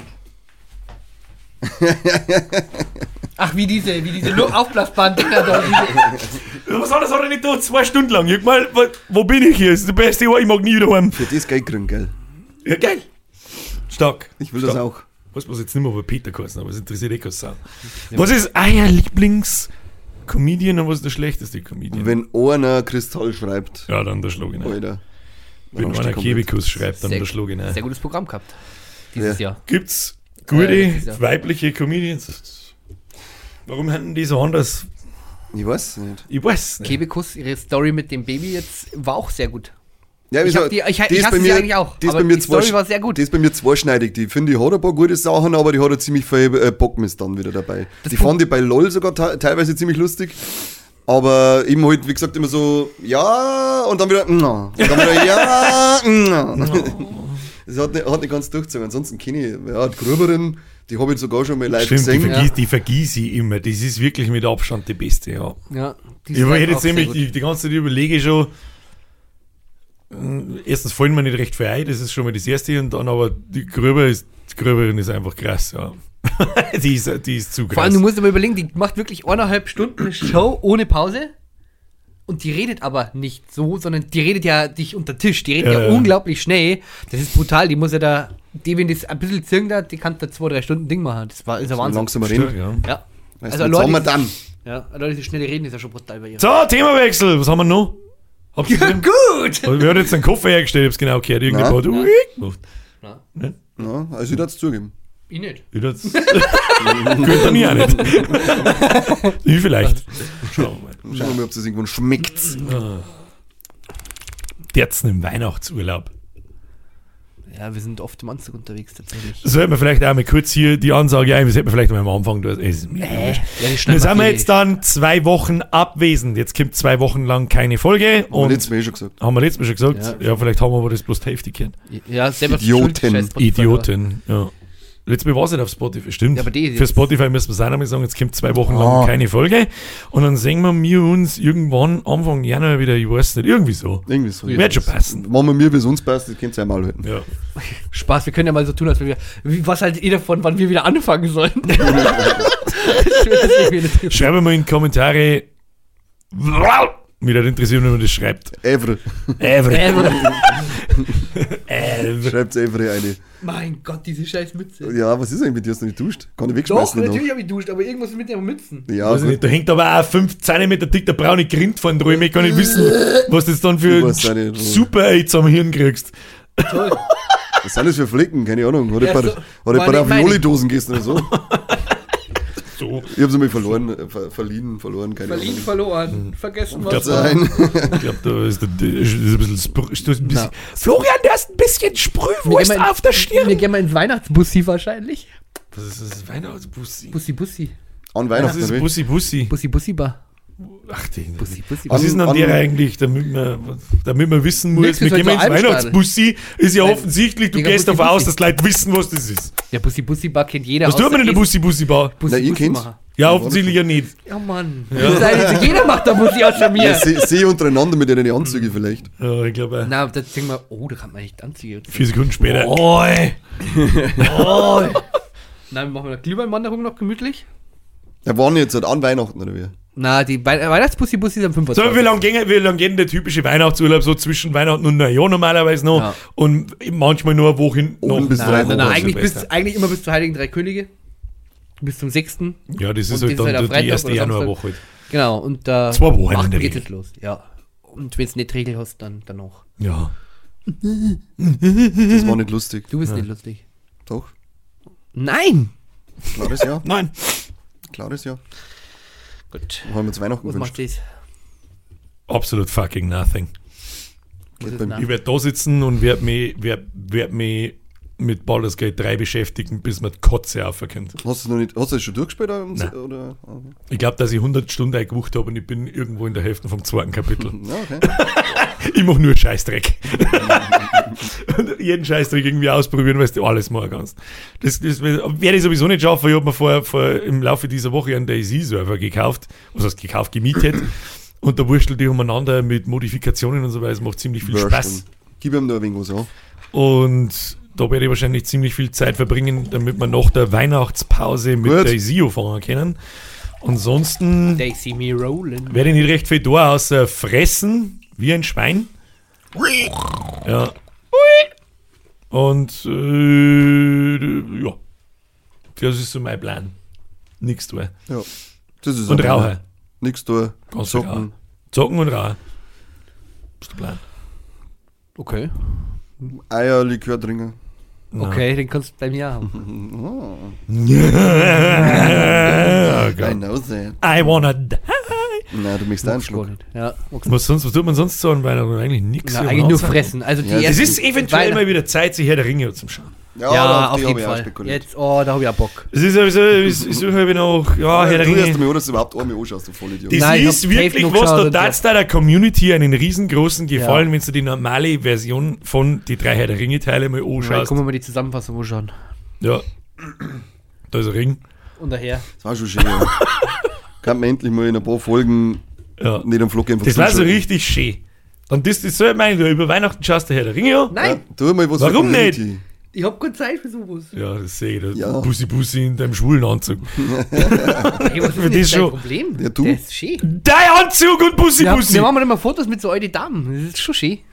Ach, wie diese, wie diese aufblasbaren Dinger da. Diese. Was anderes hat er nicht da? Zwei Stunden lang. Ich mal, wo bin ich hier? Das ist der beste Jahr, ich mag nie wieder heim. Für das Geld kriegen, gell? Ja, geil. Stark. Ich will Stark. das auch. Was muss jetzt nicht mehr über Peter kosten, aber es interessiert eh keine Sau. Was ist euer Lieblings-Comedian und was ist der schlechteste Comedian? Wenn einer Kristall schreibt. Ja, dann der Schlag ihn. Alter. Wenn einer Kebekus schreibt, dann sehr, der Schlag ihn. Sehr gutes Programm gehabt. Dieses ja. Jahr. Gibt's gute äh, weibliche Comedians? Warum hätten die so anders? Ich weiß nicht. Ich weiß nicht. Kebekus, ihre Story mit dem Baby jetzt war auch sehr gut. Ja, ich, hab die, ich, ich hasse sie eigentlich auch, die aber bei mir die Story war sehr gut. Die ist bei mir zweischneidig. Die finde ich hat ein paar gute Sachen, aber die hat auch ziemlich viel äh, Bockmist dann wieder dabei. Das die fand ich bei LOL sogar te- teilweise ziemlich lustig. Aber eben halt, wie gesagt, immer so, ja, und dann wieder, na. Und dann wieder, ja, na. Das hat nicht, hat nicht ganz durchgezogen. Ansonsten kenne ich, ja, die Gröberin, die habe ich sogar schon mal live Stimmt, gesehen. Die, vergieß, ja. die vergieße ich immer. Das ist wirklich mit Abstand die beste, ja. Ja, ich hätte jetzt nämlich die, die ganze Zeit überlege schon, erstens fallen mir nicht recht viel ein, das ist schon mal das Erste, und dann aber die Gröber ist, die Gröberin ist einfach krass, ja. die, ist, die ist zu krass. Vor allem, du musst dir mal überlegen, die macht wirklich eineinhalb Stunden eine Show ohne Pause. und die redet aber nicht so, sondern die redet ja dich unter Tisch. Die redet Ja, ja, ja. unglaublich schnell. Das ist brutal. Die muss ja da, die, wenn das ein bisschen zirkt hat, die kann da zwei, drei Stunden Ding machen. Das war, ist ja Wahnsinn. Langsam reden. Ja. Ja. Also, Also jetzt haben wir Leute, dann. ja, Leute, die schnell reden, ist ja schon brutal bei ihr. So, Themawechsel. Was haben wir noch? Habt ihr Ja, gesehen? gut! Also, wer hat jetzt einen Koffer hergestellt? Ich hab's genau gehört. Irgendein Nein. Bad. Ui, gemacht. Ja, Ne? Ja, also ich darf es zugeben. ich nicht. Ich das könnte mir auch nicht. Ich vielleicht. Schauen wir mal. Schauen wir mal, ob das irgendwann schmeckt. Jetzt im Weihnachtsurlaub. Ja, wir sind oft im Anzug unterwegs tatsächlich. Sollten wir vielleicht auch mal kurz hier die Ansage ein, wir sollten vielleicht mal am Anfang tun. Äh, ja, die Wir schneiden sind wir jetzt dann zwei Wochen abwesend. Jetzt kommt zwei Wochen lang keine Folge. Und Und jetzt Mal eh schon gesagt. haben wir letztes Mal schon gesagt, ja, Ja. vielleicht haben wir aber das bloß die Hälfte gehört. Ja, selber Idioten. schuld, scheiß Spotify, Idioten, ja. Letztes Mal war es nicht auf Spotify, stimmt. Ja, aber die Für jetzt- Spotify müssen wir es auch noch mal sagen, jetzt kommt zwei Wochen Ah. lang keine Folge. Und dann sehen wir mir uns irgendwann Anfang Januar wieder, ich weiß nicht, irgendwie so. Irgendwie so. Wird schon passen. Machen wir mir, wie es uns passt, das könnt ihr ja mal halten. Ja. Spaß, wir können ja mal so tun, als wenn wir. Wie, was haltet ihr davon, wann wir wieder anfangen sollen? Ich will das irgendwie nicht- Schreibt mal in die Kommentare. Mich würde interessieren, wenn man das schreibt. Evre. Every. Ähm, Every. Schreibt Evre eine. mein Gott, diese scheiß Mütze. Ja, was ist eigentlich mit dir, hast du nicht duscht? Kann ich Doch, wegschmeißen noch. natürlich habe ich duscht, aber irgendwas ist mit den Mützen. Ja, Weiß ich gut. nicht, da hängt aber auch fünf Zentimeter dick der braune Grind von drum. Ich kann nicht wissen, was das dann für Ich weiß auch nicht. Super AIDS am Hirn kriegst. Toll. Was sind das für Flecken? Keine Ahnung. Hat Ja, ich bei, so- hat ich war bei der nicht meine. Ravioli-Dosen gestern oder so? So. Ich hab's einmal verloren, äh, ver verliehen, verloren, keine Verliehen, Ahnung. verloren. Vergessen glaub, was. war. Sein. Ich glaube, da ist, der, der ist ein bisschen, spr- ist ein bisschen Na. Florian, der ist ein bisschen Sprühwurst Wir gehen mal- auf der Wir Stirn. gehen mal ins Weihnachtsbussi wahrscheinlich. Das ist das Weihnachtsbussi. Bussi, Bussi. An Das Weihnachten, ist oder wie? Bussi Bussi. Bussi, Bussi Bar. Ach, die. Bussi, Bussi Was Bar. ist denn an an- der eigentlich, damit man, damit man wissen muss, Nix, wir ist gehen halt mal ins so Albstadt. Weihnachtsbussi, ist ja Nein, offensichtlich, du Digga, gehst Bussi, davon aus, Bussi. dass die Leute wissen, was das ist. Ja, Bussi, Bussi Bar kennt jeder. Was tut man in der außer Bussi Bussi Bar? ich. Bussi, Na, ihr Bussi kennt's. Macher. Ja, offensichtlich ja nicht. Ja, Mann. Ja. Seid, jeder macht da Bussi außer Ja, mir. Sehe seh untereinander mit ihren Anzügen vielleicht. Ja, ich glaube, Na, da denken wir, oh, da kann man echt Anzüge. vier Sekunden später. Oi. Oi. Na, wir machen wir Glühweinwanderung noch gemütlich? Da waren jetzt halt an Weihnachten, oder wie? Na, die Wei- Weihnachtsbussi-Bussi sind So, fünfundzwanzig. wie lange ging, wie lang geht denn der typische Weihnachtsurlaub so zwischen Weihnachten und Neujahr normalerweise noch? Ja. Und manchmal nur eine Woche hinten Oben noch. bis Na, drei na, Wochen. na, vor eigentlich, bis, Silvester. eigentlich immer bis zur Heiligen Drei Könige. Bis zum sechsten. Ja, das ist Und halt das ist dann halt am die Freitag erste oder Januarwoche halt. Genau, und da Zwei Wochen in acht der geht Regel. es los. Ja. Und wenn es nicht Regel hast, dann, dann noch. Ja. Das war nicht lustig. Du bist nicht lustig. Doch, Nein! klares Ja. Nein. Klares Ja. Gut. Haben wir uns Weihnachten Was macht gewünscht. das? Absolut fucking nothing. Was ist beim- nach? Ich werde da sitzen und werde mich, werd, werd mich mit Baldur's Gate drei beschäftigen, bis man die Kotze aufkennt. Hast du noch nicht, hast du das schon durchgespielt? Oder? Nein. oder? Ah, okay. Ich glaube, dass ich hundert Stunden eingewucht habe und ich bin irgendwo in der Hälfte vom zweiten Kapitel. Ja, okay. Ich mache nur Scheißdreck. Und jeden Scheißdreck irgendwie ausprobieren, weil du alles machen kannst. Das, das werde ich sowieso nicht schaffen. Ich habe mir vor, vor, im Laufe dieser Woche einen DayZ-Server gekauft. Was heißt gekauft, gemietet. Und da wurstelt die umeinander mit Modifikationen und so weiter. Es macht ziemlich viel Spaß. Wursteln. Gib ihm da ein wenig was an. Und da werde ich wahrscheinlich ziemlich viel Zeit verbringen, damit wir nach der Weihnachtspause mit Gut. DayZ fahren können. Ansonsten They see me rolling. werde ich nicht recht viel da, außer fressen, wie ein Schwein. Ja. Und äh, ja, das ist so mein Plan. Nichts tun. Ja. Das ist Und aber rauchen. Nichts tun. Ganz viel Zocken. Zocken und rauchen. Das ist der Plan. Okay. Eierlikör trinken. Na. Okay, den kannst du bei mir haben. Ja, I Gott. know that. I wanna die. Nein, du möchtest einen Schluck. Ja, Was, sonst, was tut man sonst so an Weihnachten? Eigentlich nichts. Na, eigentlich nur fressen. Also die Ja, Es ersten ist eventuell Weihnacht- mal wieder Zeit, sich Herr der Ringe zum Schauen. Ja, auf die jeden hab ich auch Fall. spekuliert. Jetzt, oh, da habe ich auch Bock. Es ist sowieso, ich, ich suche halt noch, ja, Herr der du erst Ringe. einmal, oder dass du überhaupt einmal anschaust, du Vollidiot. Das Nein, ich ist hab wirklich Dave noch was, da geschaut und tat so. da der Community einen riesengroßen Gefallen, Ja. wenn du die normale Version von die drei Herr der Ringe Teile mal Schau, anschaust. Gucken wir mal die Zusammenfassung anschauen. Ja. Da ist ein Ring. Und daher. Das war schon schön. Ja. Kann man endlich mal in ein paar Folgen Ja. nicht am Flug einfach Das war so zuschauen. richtig schön. Und das ist so, ich meine, du über Weihnachten schaust du Herr der Ringe an. Ja, Nein! tu mal was für Warum Community. Ich hab keine Zeit für sowas. Ja, das sehe ich. Das Ja. Bussi Bussi in deinem schwulen Anzug. Hey, was ist denn das jetzt dein schon. Problem? Ja, du. Der ist schön. Dein Anzug und Bussi Wir, Bussi. wir machen immer Fotos mit so alten Damen. Das ist schon schön.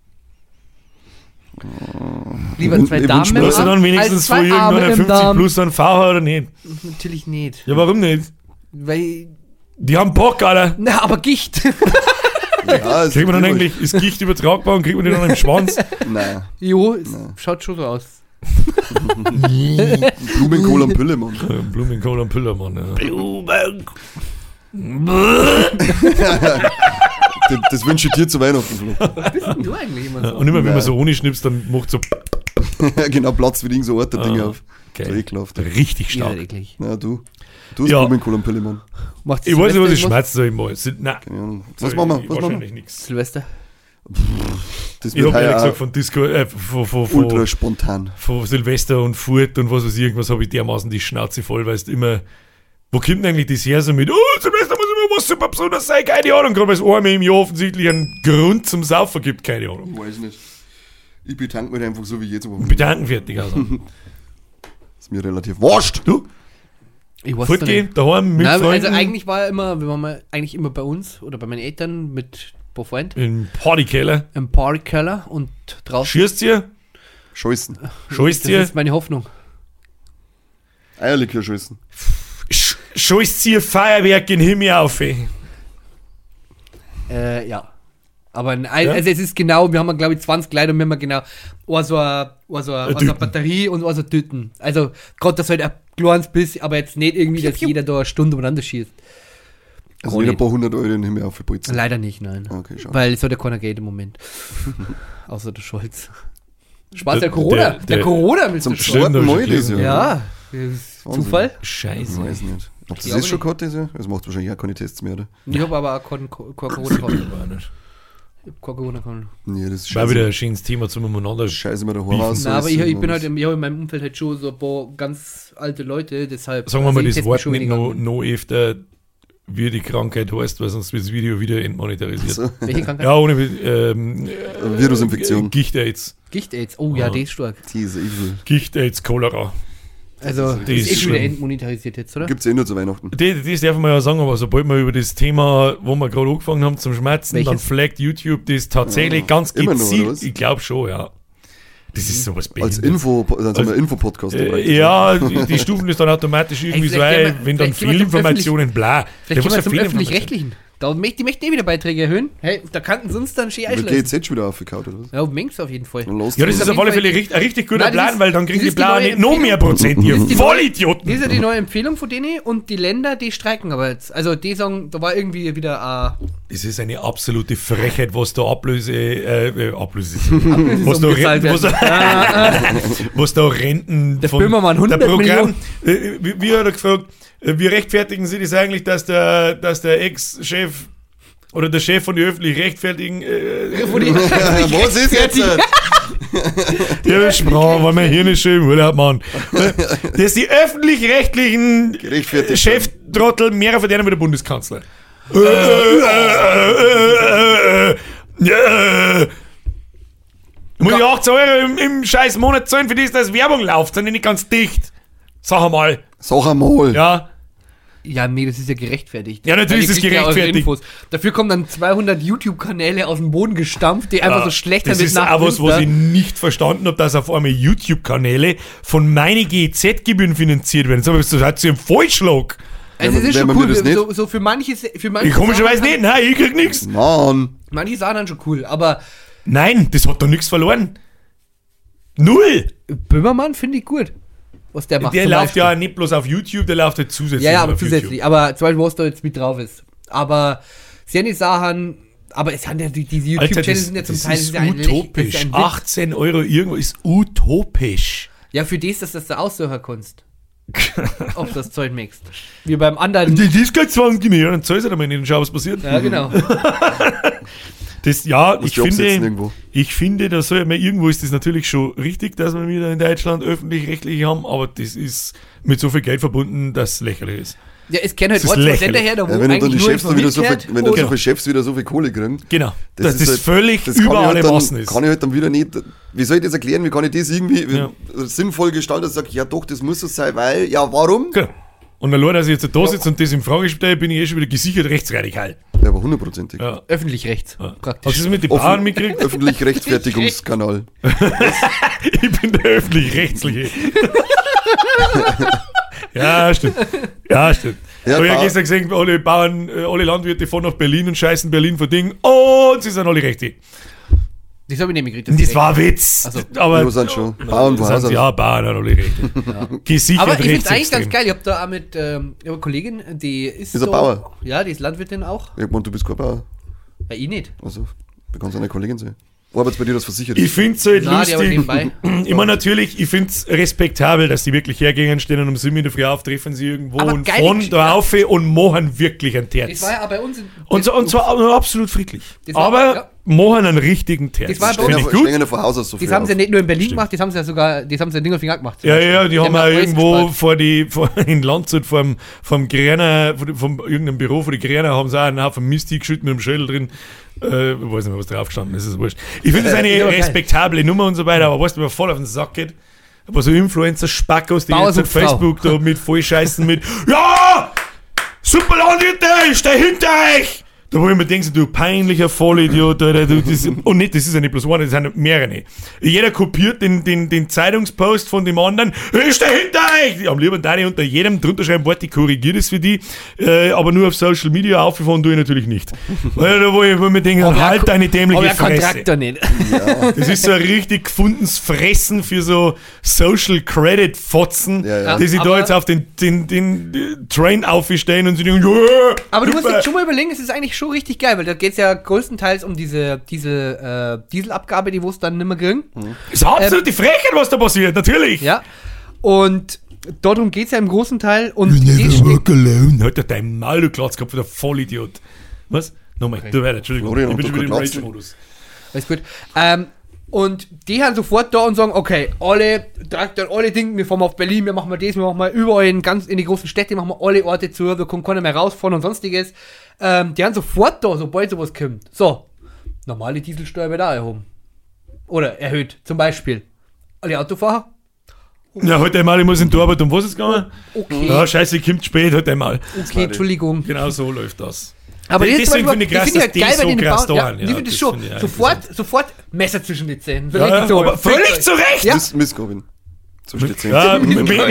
Lieber zwei Ich Damen wünsch im mir- Hast du dann Arm wenigstens als vor zwei Arme irgendeiner im fünfzig Darm. plus einen Fahrer oder nicht? Natürlich nicht. Ja, warum nicht? Weil, Die haben Bock, Alter. na, aber Gicht. Ja, es Kriegt man dann ist eigentlich, ist Gicht übertragbar und kriegt man den dann im Schwanz? Nein. Jo, es schaut schon so aus. Blumenkohl und Pille, Mann. Äh, Blumenkohl und Püllermann. Ja. Blumen. Das, das wünsche ich dir zu Weihnachten, Flo. Was bist denn du eigentlich immer so? Und immer wenn man Nein. so ohne schnipst, dann macht so Genau, Platz wie irgend so Ort, der Ding Ah, auf. So geil. ekelhaft. richtig Ja, stark. eklig. Na, du. Du hast Ja. Blumenkohl und Pille, Mann. Macht Ich weiß nicht, was ich Silvester schmerzen soll. Mal. Sind, nein. Keine Ahnung. Was machen wir? Was machen wir? Wahrscheinlich nichts. Silvester. Das Ich wird habe ehrlich heuer gesagt auch von Disco, äh, von, von, ultra von, spontan. von Silvester und Furt und was weiß ich, irgendwas habe ich dermaßen die Schnauze voll, weil es immer. Wo kommt denn eigentlich das her so mit, oh, Silvester muss immer was super besonders sein, keine Ahnung, gerade weil es einmal im Jahr offensichtlich einen Grund zum Saufen gibt, keine Ahnung. Ich weiß nicht. Ich betanke mich einfach so wie jetzt. aber Bedanken fertig, also. Ist mir relativ wurscht. Du? Ich weiß Furt doch gehen, nicht. daheim mit Nein, Freunden also eigentlich war er immer, wir waren mal eigentlich immer bei uns oder bei meinen Eltern mit ein paar Freunden im Partykeller. im Partykeller und draußen. Schießt ihr? Scheißen. Scheißt Das ihr? ist meine Hoffnung. Eierlikör scheißen. Sch- Scheißt ihr Feuerwerk in den Himmel auf, ey. Äh, ja. Aber ein, Ja? also es ist genau, wir haben glaube ich zwanzig Leute und wir haben genau oh, so eine oh, so eine, oh, so eine Tüten. Batterie und oh, so Tüten. Also gerade das halt ein kleines bisschen, aber jetzt nicht irgendwie, dass jeder da eine Stunde umeinander schießt. Also Gar jeder ein nicht. paar hundert Euro in den Himmel aufgebolzen. Leider nicht, nein. Okay, schau. Weil es hat ja keiner Geld im Moment. Außer der Scholz. Spaß, der, Der- Corona. der- Der, der- Corona mit Zum dem Scholz. Stimmt, zweiten hab ich Mal schon das gelesen. Jahr. Ja, das ist Wahnsinn. Zufall. Ich Scheiße. weiß nicht. Ob das glaube jetzt schon nicht. gehabt ist, ja? Es macht wahrscheinlich auch keine Tests mehr, oder? Ich habe aber auch kein, kein Corona gehabt. Ich War nicht. hab kein Corona gehabt. Nee, das ist War scheiße. wieder ein schönes Thema zum Miteinander. Scheiße, mir daheim Beefen. aus. Nein, aber ich, ich bin halt im, ich hab in meinem Umfeld halt schon so ein paar ganz alte Leute, deshalb. Sagen wir mal also ich das teste mich Wort schon nicht weniger noch an. no öfter, wie die Krankheit heißt, weil sonst wird das Video wieder entmonetarisiert. So. Welche Krankheit? Ja, ohne ähm, äh, Virusinfektion. Gicht-Aids. Gicht-Aids. Oh ja, Ja. die ist stark. Diese Evil. Gicht-Aids, Cholera. Also, Das das ist ist eh schon wieder schlimm. entmonetarisiert jetzt, oder? Gibt's eh nur zu Weihnachten. Das, das darf man ja sagen, aber sobald wir über das Thema, wo wir gerade angefangen haben zum Schmerzen, Welches? dann flaggt YouTube das tatsächlich Ja, ganz immer noch, gezielt. oder was? Ich glaube schon, ja. Das ist sowas Als Behindertes. Info, dann sind wir Info-Podcast. Äh, ja, die, die stufen das dann automatisch irgendwie so vielleicht ein, gehen wir- wenn dann vielleicht gehen wir zum Fehlinformationen, bla. Vielleicht Ja, gehen was wir für zum Fehlinformationen? Öffentlich-Rechtlichen. Da möcht, die möchten eh wieder Beiträge erhöhen. Hey, da kannten sie uns dann schön Wird die einschlafen. jetzt jetzt schon wieder aufgekaut, oder was? Ja, Mengs auf jeden Fall. Dann los Ja, das geht's. ist auf alle Fälle richtig, ein richtig guter Nein, das Plan, ist- weil dann kriegen das die ist die Blauen neue nicht noch mehr Prozent hier. Das ist die neue- Vollidioten! Das ist ja die neue Empfehlung von denen und die Länder, die streiken aber jetzt. Also die sagen, da war irgendwie wieder äh, Das ist eine absolute Frechheit, was da Ablöse, äh, äh, Ablöse, was, da umgezahlt Renten, was, werden. da, was da Renten Der Böhmermann, hundert der Programm, Millionen. äh, wie, wie hat er gefragt, äh, wie rechtfertigen Sie das eigentlich, dass der, dass der Ex-Chef oder der Chef von den Öffentlich-Rechtfertigen äh, wo die, Was ist jetzt? äh? ja, Sprache, weil wir hier nicht schön im Urlaub machen. Dass die öffentlich-rechtlichen Gerechtfertigt. Cheftrottel mehr verdienen wie der Bundeskanzler. Äh, äh, äh, äh, äh, ja. Muss ich achtzehn Euro im, im scheiß Monat zahlen, für das, dass Werbung läuft, sind die nicht ganz dicht. Sag einmal. Sag einmal. Ja. ja, nee, das ist ja gerechtfertigt. Ja, natürlich Weil ist es die kriegt ja eure gerechtfertigt. Infos. Dafür kommen dann zweihundert YouTube-Kanäle aus dem Boden gestampft, die einfach so schlecht Das sind ist auch was, was ich nicht verstanden habe, dass auf einmal YouTube-Kanäle von meinen G E Z-Gebühren finanziert werden. Das ist das ein Vollschlag. Also es ist Wenn schon man cool, mir das nicht- so, so für manche, für manche Ich komischerweise Sachen- nicht, nein, ich krieg nichts. Mann. Manche Sachen dann schon cool, aber Nein, das hat doch nichts verloren. Null. Böhmermann finde ich gut, was der macht. Der zum läuft Beispiel. ja nicht bloß auf YouTube, der läuft halt zusätzlich. Ja, ja, aber auf zusätzlich. YouTube. Aber zum Beispiel, was da jetzt mit drauf ist. Aber sind die Sachen, aber es sind ja die, diese Alter, YouTube-Channels das, sind ja zum das Teil ist sind ja ein Lech- utopisch. das ist ein Witz. achtzehn Euro irgendwo ist utopisch. Ja, für das, dass das der aussuchen kannst. Ob das Zeug mixt. Wie beim anderen. Das ist kein zwanzig, dann zahlst du aber nicht und schau, was passiert. Ja, genau. Das, ja, Muss ich die absetzen finde, irgendwo. ich finde, da soll man, irgendwo ist das natürlich schon richtig, dass wir wieder in Deutschland öffentlich-rechtlich haben, aber das ist mit so viel Geld verbunden, dass es lächerlich ist. Ja, es kennen halt Das ist Ortsländer lächerlich. her, da wo Ja, wenn dann eigentlich die nur Chefs da wieder so viel, informiert wenn dann wird so oder- viele Chefs wieder so viel Kohle kriegen. Genau. Das Das, ist ist halt- völlig Das kann über ich alle halt dann, Maßen ist. kann ich halt dann wieder nicht, wie soll ich das erklären, wie kann ich das irgendwie Ja. sinnvoll gestalten, dass ich sage, ja doch, das muss es sein, weil, ja warum? Genau. Und allein, dass ich jetzt da sitze und das in Frage stelle, bin ich eh schon wieder gesichert rechtsradikal. Ja, aber hundertprozentig. Ja. Öffentlich rechts. Ja. Praktisch. Hast du das mit den Offen- Bauern mitgekriegt? Öffentlich-Rechtfertigungskanal. Ich bin der öffentlich-rechtliche. Ja, stimmt. Ja, stimmt. Ja, Ja, ich habe Bauer- gestern gesehen, alle Bauern, äh, alle Landwirte fahren nach Berlin und scheißen Berlin vor Ding. Und sie sind alle rechte. Das habe ich nicht mitgekriegt. Und das direkt. war Witz. Also, aber Wo sind schon? Bauern, wo das sind, sind ja, Bauern haben alle rechte. Gesichert Aber ich finde es eigentlich rechtsextrem. ganz geil. Ich habe da auch mit ähm, ich hab eine Kollegin, die ist, Ist ein so, Bauer? Ja, die ist Landwirtin auch. Ich meine, du bist kein Bauer. Ja, ich nicht. Also, du kannst eine Kollegin sein. Arbeitest bei dir das versichert? Ich finde es halt Nein, die aber lustig. nebenbei. Immer natürlich, ich finde es respektabel, dass die wirklich hergehen, stehen und um sieben in der Früh auftreffen sie irgendwo Aber und geile von Geschichte. da auf und machen wirklich einen Das Terz. war ja auch bei uns. In, Und, so, und zwar auch absolut friedlich. Das war- Aber ja. machen einen richtigen Terz. Das war bei Stehen Finde ja ich von- gut. stehen ja von Haus aus so das viel haben sie auf. nicht nur in Berlin gemacht, das haben sie ja sogar, das haben sie in Dingelfinger gemacht. Ja, ja, die, haben auch auch alles irgendwo gespart. vor die, vor, in Landshut vom, vom Gräner, vom, vom irgendeinem Büro von die Gräner haben sie auch einen Haufen Mist geschüttet mit dem Schädel drin. Äh, ich weiß nicht mehr, was drauf gestanden ist, ist wurscht. Ich finde das eine Ja, geil. respektable Nummer und so weiter, aber weißt du, mir voll auf den Sack geht? Aber so Influencer-Spackos, die Bauer jetzt auf sucht Frau. Facebook da mit vollscheißen mit Ja! Super Landwirte, ich steh hinter euch! Da wo ich mir denke, du peinlicher Vollidiot, Alter, du, das, und nicht, das ist ja nicht bloß einer, das sind mehrere. Jeder kopiert den, den, den Zeitungspost von dem anderen, ich steh hinter euch! Die haben lieber da unter jedem drunter schreiben, warte, ich korrigiere das für die, äh, aber nur auf Social Media aufgefahren tue ich natürlich nicht. Weil da wo ich, wo ich mir denke, Aber halt ja, deine Aber dämliche ja, Fresse. Kontraktor nicht. Das ist so ein richtig gefundenes Fressen für so Social Credit Fotzen, Ja, ja. die sich da Aber- jetzt auf den, den, den, den Train aufstehen und sie denken, ja, Aber du musst super. jetzt schon mal überlegen, es ist eigentlich schon richtig geil, weil da geht es ja größtenteils um diese, diese äh, Dieselabgabe, die wir es dann nicht mehr kriegen. Das ist absolut die Frechheit, was da passiert, natürlich. Ja. Und darum geht es ja im großen Teil. Und die steht, alone. Halt doch dein Maul, du Glatzkopf, der Vollidiot. Was? Nochmal, du weiter, Entschuldigung. Florian, ich bin und schon du wieder im kannst Rage-Modus. alles gut. Ähm, und die haben sofort da und sagen, okay, alle Traktoren, alle Dinge, wir fahren auf Berlin, wir machen mal das, wir machen mal überall in, ganz, in die großen Städte, machen wir alle Orte zu, da kommt keiner mehr rausfahren und sonstiges. Ähm, die haben sofort da, sobald sowas kommt. So, normale Dieselsteuer wird auch erhoben. Oder erhöht, zum Beispiel. Alle Autofahrer? Ja, halt einmal, ich muss in die Arbeit, um was ist gegangen? Okay, Ja, scheiße, kommt spät, halt einmal. okay, Entschuldigung. Genau so läuft das. Aber das ist Deswegen zum finde ich Beispiel- krass, das finde ich dass halt die geil bei so den krass Bauern. da Ja, waren. ich finde Ja, das schon. das finde ich Sofort, sofort Messer zwischen die Zähne. So Ja, richtig so. aber völlig zu Recht. Ja. Miss, Miss Gobin. So steht's hin. Ja, mit- mit-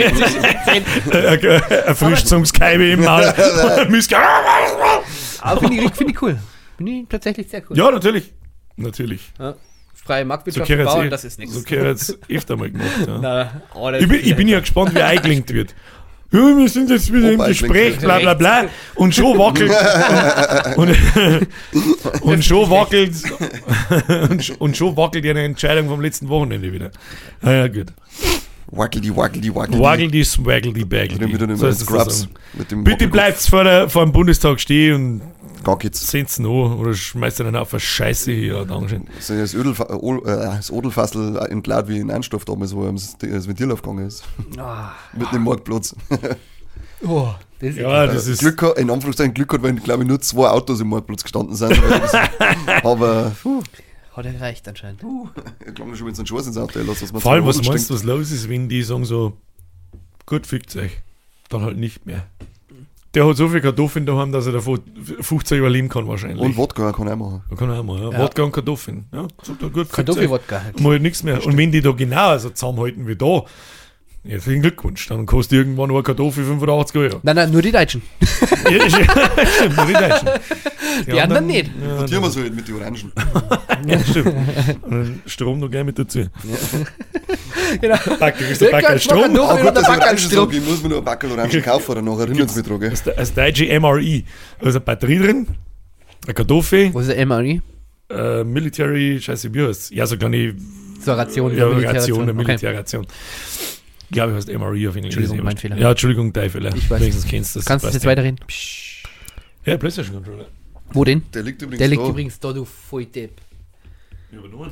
eine Frühstückskeibe im Maul. Müsste- Aber finde ich, find ich cool. Finde ich tatsächlich sehr cool. Ja, natürlich. Natürlich. Ja. Freie So Marktwirtschaft gehört bauen, eh- das ist nichts. So gehört es öfter mal gemacht. Ja. Na, oh, das Ich, bin, ist ich bin ja gespannt, wie eingelenkt wird. Ja, wir sind jetzt wieder im Ob Gespräch, eingelenkt bla bla bla. Und schon wackelt. Und, und, und schon wackelt. Und, sch- und schon wackelt ja eine Entscheidung vom letzten Wochenende wieder. Ah ja, gut. Wackeldi, wackeldi, wackeldi. Waggle die, swaggle die, baggle Dann wieder die. den So ist das Scrubs. sagen. Mit dem Bitte Wackelkopf. bleibt vor, der, vor dem Bundestag stehen und Gar geht's. seht's noch oder schmeißt einen auf eine Scheiße hier. Ja, Dankeschön. Das ist das, Ödelfa äh, Ol- äh, das Odelfassel entladen wie ein Anstoff damals, wo ihm das, das Ventil aufgegangen ist. Ah, Mit dem Marktplatz. oh, das ist Ja, das ist. Glück, hat- in Anführungszeichen Glück hat, weil, glaube ich, nur zwei Autos im Marktplatz gestanden sind. Aber, das, aber puh, hat er reicht anscheinend. ich glaube schon, wenn es einen Schwarz ins Auto lässt, was man Vor allem, von was oben meinst stinkt. du, was los ist, wenn die sagen so, gut, fickt euch. Dann halt nicht mehr. Der hat so viel Kartoffeln daheim, dass er davon fünfzehn Jahre leben kann wahrscheinlich. Und Wodka kann er auch machen. Da kann er auch mal, ja. Ja. Wodka und Kartoffeln. Ja, sagt er, gut, fickt euch. Kartoffelwodka. Mal halt nichts mehr. Und wenn die da genau so zusammenhalten wie da, herzlichen Glückwunsch. Dann kostet irgendwann nur eine Kartoffel fünfundachtzig Euro. Nein, nein, nur die Deutschen. Ja, das stimmt, nur die Deutschen. Die anderen nicht. Ja, Portieren wir so halt mit den Orangen. ja, stimmt. Und dann Strom noch gleich mit dazu. Genau. Backer, ist der Backer Strom? Noch Ah, wieder gut, der dass ich Backerl Orangen Strom. sage, ich muss mir nur ein Backel Orangen kaufen, danach erinnern sie mich dran. Gell? Das das deutsche M R I. Also eine Batterie drin, eine Kartoffel, Wo ist der M R I? äh, Military, scheiße, wie heißt Ja, so kleine So Ration. ja, so Ration, eine Okay. Militärration. Ich glaube, heißt M R I auf Englisch. Entschuldigung, Ist mein wurscht. Fehler. Ja, Entschuldigung, dein Fehler. Ich weiß. Wenigstens kennst du das. Kannst du passt jetzt ja. weiterreden? Ja, PlayStation Controller. Wo denn? Der liegt übrigens Der liegt da. übrigens da, du Volldepp. Ja, aber nur.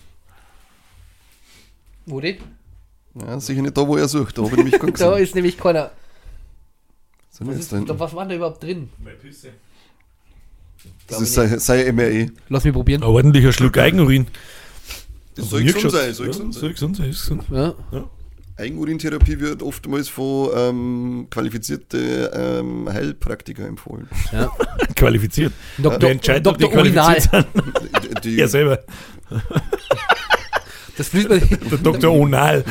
Wo denn? Ja, sicher nicht da, wo er sucht. Da habe ich nämlich keinen Da gesehen. ist nämlich keiner. So, Was, jetzt ist, da hinten. was war da überhaupt drin? Meine Püsse. Das ist sein, sein M R E. Lass mich probieren. Ein ordentlicher Schluck Eigenurin. Das soll gesund sein, soll gesund Soll sein. gesund sein, ist gesund. Ja. Eigenurintherapie wird oftmals von ähm, qualifizierten ähm, Heilpraktiker empfohlen. Ja. Qualifiziert. Doktor, Wer entscheidet, ob die Doktor Urinal. qualifiziert sind? Die, die, Ja, selber. Das fließt bei Der Doktor Onal.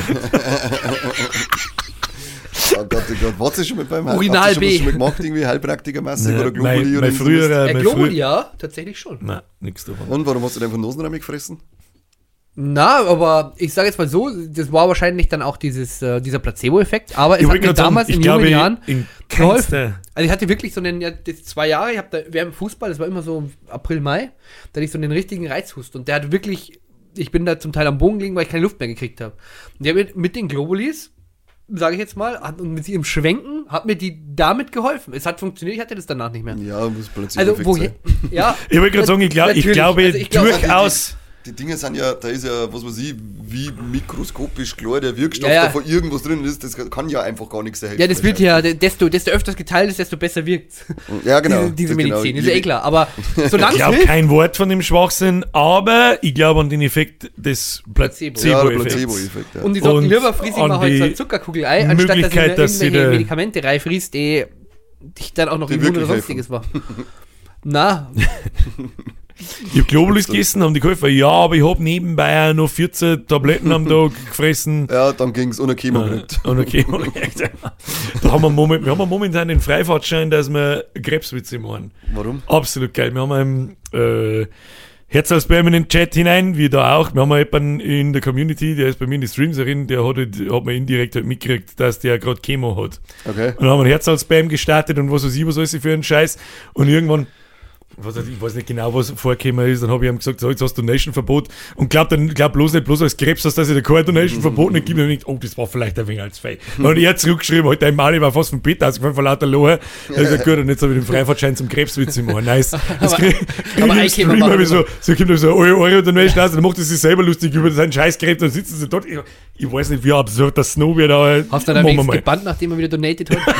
Oh Gott, oh Gott, warst du schon mit beim Heil- Urinal hast du schon B. was schon mal gemacht, irgendwie Heilpraktikermassig oder Globuli mein, oder mein irgend sowas? früherer, äh, mein Globuli, früher, ja, tatsächlich schon. Nein, nichts davon. Und warum hast du deinen von Nosenrahmen gefressen? Na, aber ich sage jetzt mal so, das war wahrscheinlich dann auch dieses, äh, dieser Placebo-Effekt, aber es Ich hat wollte mir gerade sagen, damals ich in glaube, jungen Jahren in geholfen. keinster- Also ich hatte wirklich so einen, ja, das zwei Jahre, ich habe da, während dem Fußball, das war immer so April, Mai, da hatte ich so einen richtigen Reizhust und der hat wirklich, ich bin da zum Teil am Boden gelegen, weil ich keine Luft mehr gekriegt habe. Und der mit, mit den Globulis, sage ich jetzt mal, hat, und mit ihrem Schwenken, hat mir die damit geholfen. Es hat funktioniert, ich hatte das danach nicht mehr. Ja, muss plötzlich Also perfekt woher, sein. ja. Ich wollte gerade sagen, ich, glaub, ich Natürlich. glaube Also ich glaub, durchaus. Die Dinge sind ja, da ist ja, was weiß ich, wie mikroskopisch klar der Wirkstoff Ja, ja. da von irgendwas drin ist, das kann ja einfach gar nichts erhelfen. Ja, das wird ja, desto, desto öfters geteilt ist, desto besser wirkt Ja, genau. diese, diese Das Medizin, genau. ist ja eh klar. Aber solange Ich es glaube hilft, kein Wort von dem Schwachsinn, aber ich glaube an den Effekt des Placebo. Ja, der Placebo-Effekts. Placebo-Effekt, ja. und die sagen, Und lieber friss ich an mal halt so die ein Zuckerkugel-Ei, anstatt dass ich Möglichkeit, mir dass sie irgendwelche da- Medikamente reifriest, die dich dann auch noch Die immun oder wirklich sonstiges war. Na, Ich habe Globulis gegessen, haben die geholfen. Ja, aber ich habe nebenbei auch noch vierzehn Tabletten am Tag gefressen. Ja, dann ging es ohne Chemo mit. Und okay, da haben wir, Moment, wir haben momentan den Freifahrtschein, dass wir Krebswitze machen. Warum? Absolut geil. Wir haben einen äh, Herzalsbärm in den Chat hinein, wie da auch. Wir haben jemanden in der Community, der ist bei mir in die Streams drin, der hat, halt- hat man indirekt halt mitgekriegt, dass der gerade Chemo hat. Okay. Und dann haben wir einen Herzalsbärm gestartet und was weiß ich, was alles für einen Scheiß. Und irgendwann, was weiß ich, ich weiß nicht genau, was vorgekommen ist, dann habe ich ihm gesagt, so, jetzt hast du Donation-Verbot und glaub dann, glaub bloß nicht, bloß als Krebs hast, dass ich dir kein Donation-Verbot nicht gibt. Und ich denke, oh, das war vielleicht ein wenig als Fei. Dann hat er zurückgeschrieben, heute dein Mali war fast vom Peter ausgefallen von lauter Lohe. Da habe ich gesagt, gut, und jetzt habe ich den Freifahrtschein zum Krebswitz machen. Nice. Das Aber- krieg, krieg aber ich im ein Stream, Thema habe ich so, machen so kommt so Euro, Euro Donation aus, dann macht er sich selber lustig über seinen Scheißkrebs, dann sitzen sie dort. Ich, ich weiß nicht, wie absurd das Snow wird, aber hast du dann machen wir wenigstens mal. gebannt, nachdem er wieder donated hat?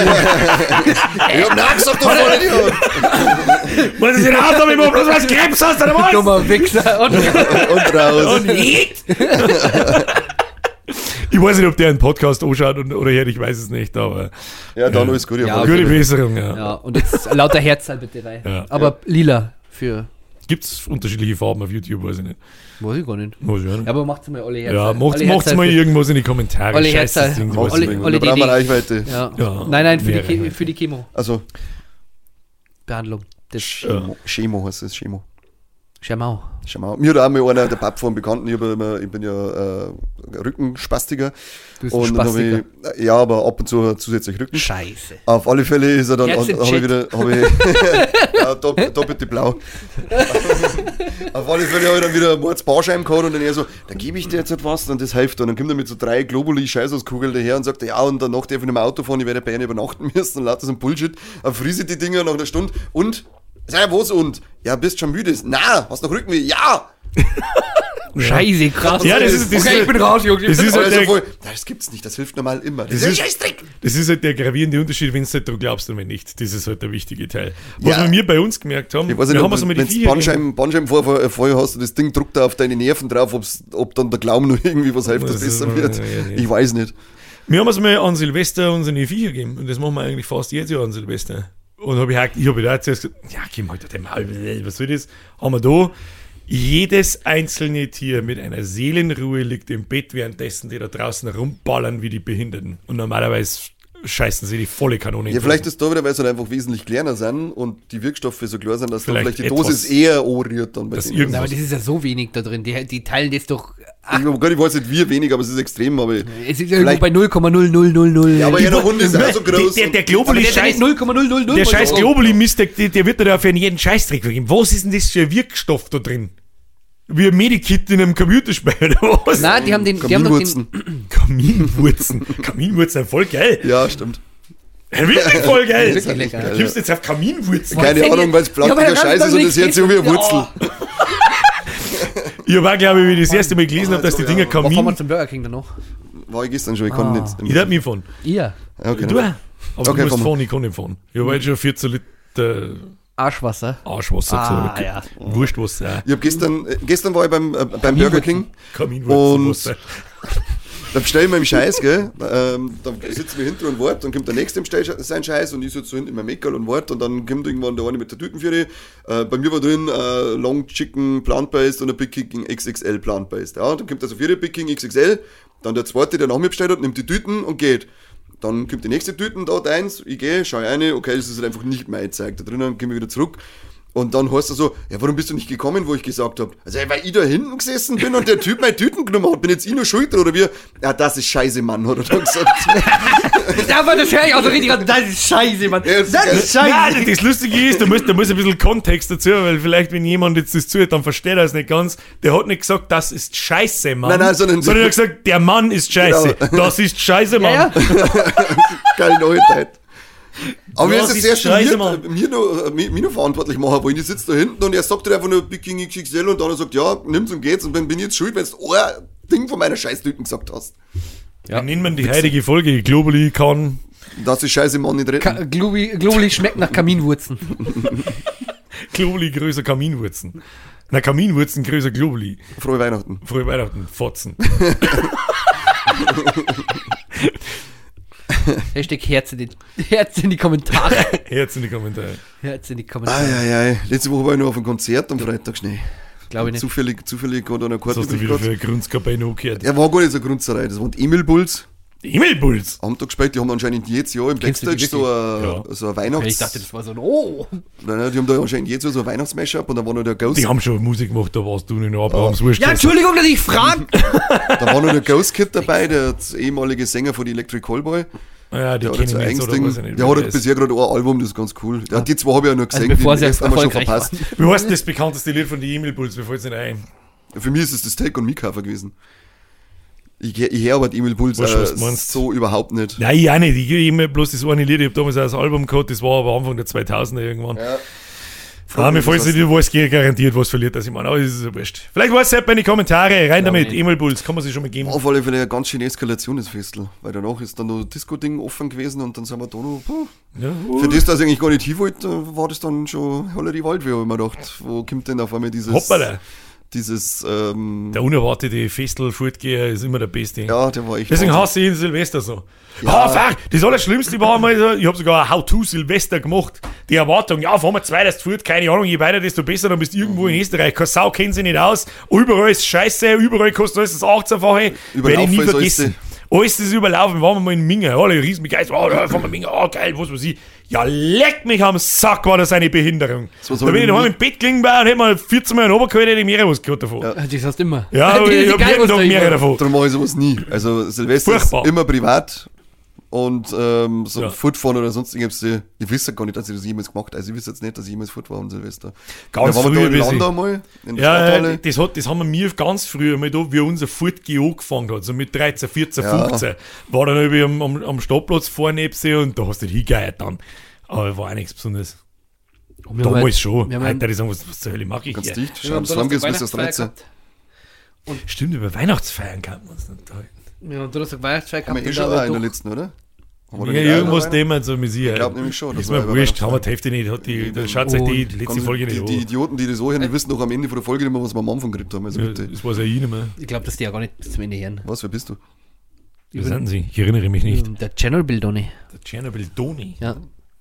Ich hab nachgesagt, du Vollidiot! Was ist denn aus, damit du bloß was Krebs hast, oder was? Dummer Wichser. Und Und raus. Und nicht. Ich weiß nicht, ob der einen Podcast anschaut und, oder her, ich weiß es nicht, aber Ja, dann alles gut. Ja, gute Besserung, ja. ja, und jetzt lauter Herzzahl bitte rein. Ja. Aber lila für, Gibt es unterschiedliche Farben auf YouTube, weiß ich nicht. weiß ich gar nicht. Weiß ich auch nicht. Ja, aber macht's mal alle Herzzahl. Ja, macht's, alle macht's Herzzahl mal für- irgendwas in die Kommentare. Alle Scheiß das Herzzahl. Ding, Alle- was Alle, ich- alle da brauchen wir die- Reichweite. Ja. Ja, Nein, nein, für die, mehrere. Che- für die Chemo. Also, Behandlung. Das Chemo, Chemo heißt es, Chemo. Schemau. Schau mal. Mir hat auch mal einer, der Pap von einem Bekannten, ich, hab ja immer, ich bin ja äh, Rückenspastiker. Du bist ein Und dann hab Spastiker. ich, ja, aber ab und zu zusätzlich Rücken. Scheiße. Auf alle Fälle ist er dann, Herz habe im ich Chat. wieder, habe ich, ja, dopp, doppelte Blau. Auf alle Fälle habe ich dann wieder Mords Barscheiben gehabt und dann er so, da gebe ich dir jetzt etwas und das hilft. Und dann kommt er mit so drei Globuli Scheißauskugeln daher und sagt, ja, und danach darf ich nicht mehr Auto fahren, ich werde bei ihnen übernachten müssen und lauter so ein Bullshit. Dann friese ich die Dinger nach einer Stunde und, sag ja, was und? Ja, bist schon müde? Na, hast noch Rückenweh? Ja! Scheiße, krass. Ja, das ist- das okay, ist- ich bin raus, Junge. das ist Aber halt so der- voll, das gibt's nicht, das hilft normal immer. Das, Das ist ein ist- Scheißtrick! Das ist halt der gravierende Unterschied, wenn du halt dran glaubst und wenn nicht. Das ist halt der wichtige Teil. Was Ja. wir bei uns gemerkt haben, Ich weiß wir nicht, haben ob, so mal die wenn du Viecher Bandscheiben, Bandscheibenvorfall hast und das Ding druckt da auf deine Nerven drauf, ob's, ob dann der Glauben noch irgendwie was hilft, dass Das ist- besser wird. ja, ja, ja. Ich weiß nicht. Wir haben uns mal an Silvester unsere Viecher gegeben und das machen wir eigentlich fast jedes Jahr an Silvester. Und hab ich, auch- ich habe da zuerst gesagt, ja, geh mal dem Maul, was soll das? Haben wir da. Jedes einzelne Tier mit einer Seelenruhe liegt im Bett, währenddessen die da draußen rumballern wie die Behinderten. Und normalerweise scheißen sie die volle Kanone. in Ja, die vielleicht Hosen. ist da wieder, weil sie halt einfach wesentlich kleiner sind und die Wirkstoffe so klar sind, dass dann Vielleicht vielleicht die Dosis etwas- eher anrührt dann bei dass denen. irgend- Aber das ist ja so wenig da drin. Die, die teilen das doch. Ich, oh Gott, ich weiß nicht wie wenig, aber es ist extrem, aber Es ist irgendwo Vielleicht- bei null Komma null null null null. ja, aber jeder Hund ist auch so Der, groß. der, der und- Globuli scheiß, null Komma null null null. der scheiß Globuli-Mist, der, der wird da für jeden Scheißdreck vergeben. Was ist denn das für ein Wirkstoff da drin? Wie ein Medikit in einem Computerspiel oder was? Nein, die haben den. Die haben doch Kaminwurzen. den Kaminwurzen. Kaminwurzen sind voll geil. Ja, stimmt. Wirklich voll geil. Wirklich lecker. Du gibst jetzt auf Kaminwurzen. Keine Erzähl Ahnung, dir- weil es Ja, aber pflanzlicher dann Scheiß kannst ist du und doch das jetzt nichts irgendwie eine essen. Wurzel. Ich war, glaube ich, wie ich das erste Mal gelesen habe, dass die Dinger Wo fahren wir Kamin... zum Burger King dann noch? War ich gestern schon, ich konnte nicht. Ich hab mich von. Ihr. Okay, Du? dann. Aber Okay, du musst fahren wir. fahren, ich kann nicht fahren. Ich habe jetzt schon vierzehn Liter Arschwasser. Arschwasser Ah, zurück. ja. Wurstwasser. Ich hab gestern, äh, gestern war ich beim, äh, beim Burger King. Kaminwurzelwasser. Da bestell ich meinen Scheiß, gell? Ähm, dann sitzen wir hinten und wart, dann kommt der Nächste im Stell sein Scheiß und ich sitze so hinten in meinem Meckerl und wart und dann kommt irgendwann der eine mit der Tütenführer. Äh, bei mir war drin äh, Long Chicken Plant-Based und ein Big King X X L Plant-Based. Ja, dann kommt also vier Big King X X L, dann der zweite, der nach mir bestellt hat, nimmt die Tüten und geht. Dann kommt die nächste Tüten, da eins, ich gehe, schau eine, okay, das ist halt einfach nicht mein Zeug. Da drinnen gehen wir wieder zurück. Und dann heißt er so, ja, warum bist du nicht gekommen, wo ich gesagt habe? Also, weil ich da hinten gesessen bin und der Typ meine Tüten genommen hat, bin jetzt ich nur schuld dran, oder wie? Ja, das ist scheiße, Mann, hat er dann gesagt. Ja, aber das höre ich auch so richtig an. Das ist scheiße, Mann. Ja, Das das ist ist Ja, scheiße. das Lustige ist, da muss, da muss ein bisschen Kontext dazu, weil vielleicht, wenn jemand jetzt das zuhört, dann versteht er es nicht ganz. Der hat nicht gesagt, das ist scheiße, Mann. Nein, nein, sondern- sondern er hat gesagt, der Mann ist scheiße. Genau. Das ist scheiße, Mann. Ja, ja. Geile Neuigkeit. Aber wir Das sind ist jetzt erst scheiße, mir, Mann. mir, noch, äh, mir, mir noch verantwortlich machen, weil ich sitze da hinten und er sagt halt einfach nur Big King X X L und dann sagt, ja, nimm's und geht's und dann bin ich jetzt schuld, wenn du ein Ding von meiner Scheißtüten gesagt hast. Ja. Nennen wir die heutige Folge Globally kann. Das ist scheiße, Mann, nicht retten. Ka- Globi, Globi schmeckt nach Kaminwurzen. Globally größer Kaminwurzen. Na, Kaminwurzen größer Globally. Frohe Weihnachten. Frohe Weihnachten, Fotzen. Hashtag Herz in die, Herz in die Kommentare. Herz in die Kommentare. Herz in die Kommentare. Eieiei, letzte Woche war ich noch auf einem Konzert am Freitag schnell. Glaube ich nicht. Zufällig, zufällig hat einer Was Karte hast du wieder für eine Grundskapelle noch gehört? Er war gar nicht so eine Grundserei, das waren die Emil Bulls. Himmelpuls! Am Tag gespielt, die haben anscheinend jedes Jahr im Kennst du die Backstage so ein, Ja. so ein Weihnachts... Ich dachte, das war so ein Oh. Nein, nein, die haben da anscheinend jedes Jahr so ein Weihnachtsmashup und da war noch der Ghost... Die haben schon Musik gemacht, da warst du nicht noch Abrahams Wurst. Ja, Entschuldigung, dass ich frage. Da war noch der Ghost Kid dabei, der ehemalige Sänger von die Electric Callboy. Ja, die Der hat kenne jetzt ich ein nicht so, eigenes da Ding. weiß ich nicht, Der wer hat das halt ist. bisher gerade ein Album, das ist ganz cool. Ja, die zwei habe ich ja noch gesehen, Also bevor die sie ersten haben wir schon erfolgreich verpasst. waren. Wie heißt denn das bekannteste Lied von die Himmelpuls? Mir fällt es nicht ein. Für mich ist es das Take on Me Cover gewesen. Ich, ich höre aber die Emil Bulls Weißt du, äh, was du meinst? so überhaupt nicht. Nein, ich auch nicht. Ich gebe immer bloß das eine Lied. Ich habe damals auch das Album gehabt, das war aber Anfang der zweitausender irgendwann. Ja. Ah, mir fällt es nicht, du weißt garantiert, was verliert das. Ich meine, aber es ist so wurscht. Vielleicht weißt du halt bei den Kommentare. Rein damit. nicht. Himmelpuls, kann man sich schon mal geben. Auf alle Fälle eine ganz schöne Eskalation, das Festel. Weil danach ist dann noch Disco-Ding offen gewesen und dann sind wir da noch... Puh. Ja, Für das, dass ich eigentlich gar nicht hin wollte, war das dann schon Holler die Waldwehr, habe ich mir gedacht. Wo kommt denn auf einmal dieses... Hoppala. Dieses... Ähm, Der unerwartete Festel-Fortgeher ist immer der Beste. ja, der war echt... Deswegen Wahnsinn. hasse ich ihn Silvester so. Ja. Ah, fuck, das Allerschlimmste war einmal so, ich habe sogar ein How-to-Silvester gemacht. Die Erwartung, ja, fahren wir zwei, das führt, keine Ahnung, je weiter, desto besser, dann bist du irgendwo in Österreich. Keine Sau kennt sich nicht aus. Überall ist Scheiße, überall kostet alles das achtzehnfache. Werde ich nie Überlaufen ist vergessen. Alles ist überlaufen. Waren wir mal in Minga, alle riesen begeistert. Oh, da fahren wir in Minga, oh, geil, was weiß ich. Ja, leck mich am Sack, war das eine Behinderung. So Da soll bin ich ich daheim nie- im Bett gelegen und hätte mal vierzehn Mal einen Oberkörper, hätte ich mehrere was gehört davon. Ja, Das hast du immer. ja aber Das ist ich habe egal, jeden was Tag da mehrere immer- davon. Darum mache ich sowas nie. Also Silvester Furchtbar. ist immer privat und ähm, so Ja. Fortfahren oder sonst irgendwas. Ich wüsste gar nicht, dass ich das jemals gemacht habe. Also ich wüsste jetzt nicht, dass ich jemals fort war an Silvester. Ganz da waren wir früh da in bis ich- Landau mal, in der Ja, Stadthalle. das, hat, das haben wir mir ganz früh mal da, wie unser Fortgehen angefangen hat, so mit dreizehn, vierzehn, Ja. fünfzehn, war dann irgendwie am, am, am Stadtplatz vorne und da hast du dich hingeheiert dann. Aber war auch nichts Besonderes. Wir haben Damals halt- schon. wir haben Heute halt- würde ich sagen, was, was zur Hölle mache ich Ganz hier? dicht. wir Schau, haben das Flammgehst bis das Donnerstag dreizehn. Weihnachtsfeier gehabt. Stimmt, über Weihnachtsfeiern kann man uns nicht unterhalten. Wir haben Donnerstag Weihnachtsfeier Haben wir gehabt. eh und schon da war in der doch- letzten, oder? Haben wir Ja, da nicht irgendwas auch Thema so mit Ich glaub nämlich schon, das Ist war mir über wurscht, haben wir Weihnachten. die Hälfte nicht. Hat die, dann schaut euch die, die letzte Ganz- Folge die, nicht die an. Idioten, die das so hören, die wissen doch am Ende von der Folge nicht mehr, was wir am Anfang gekriegt haben. Also Ja, bitte. das weiß ja ich nicht mehr. Ich glaube, dass die ja gar nicht bis zum Ende hören. Was, wer bist du? Wer sind sie? Ich erinnere mich nicht. Der Chernobyl Donny. Der Tschernobyl Doni. Ja.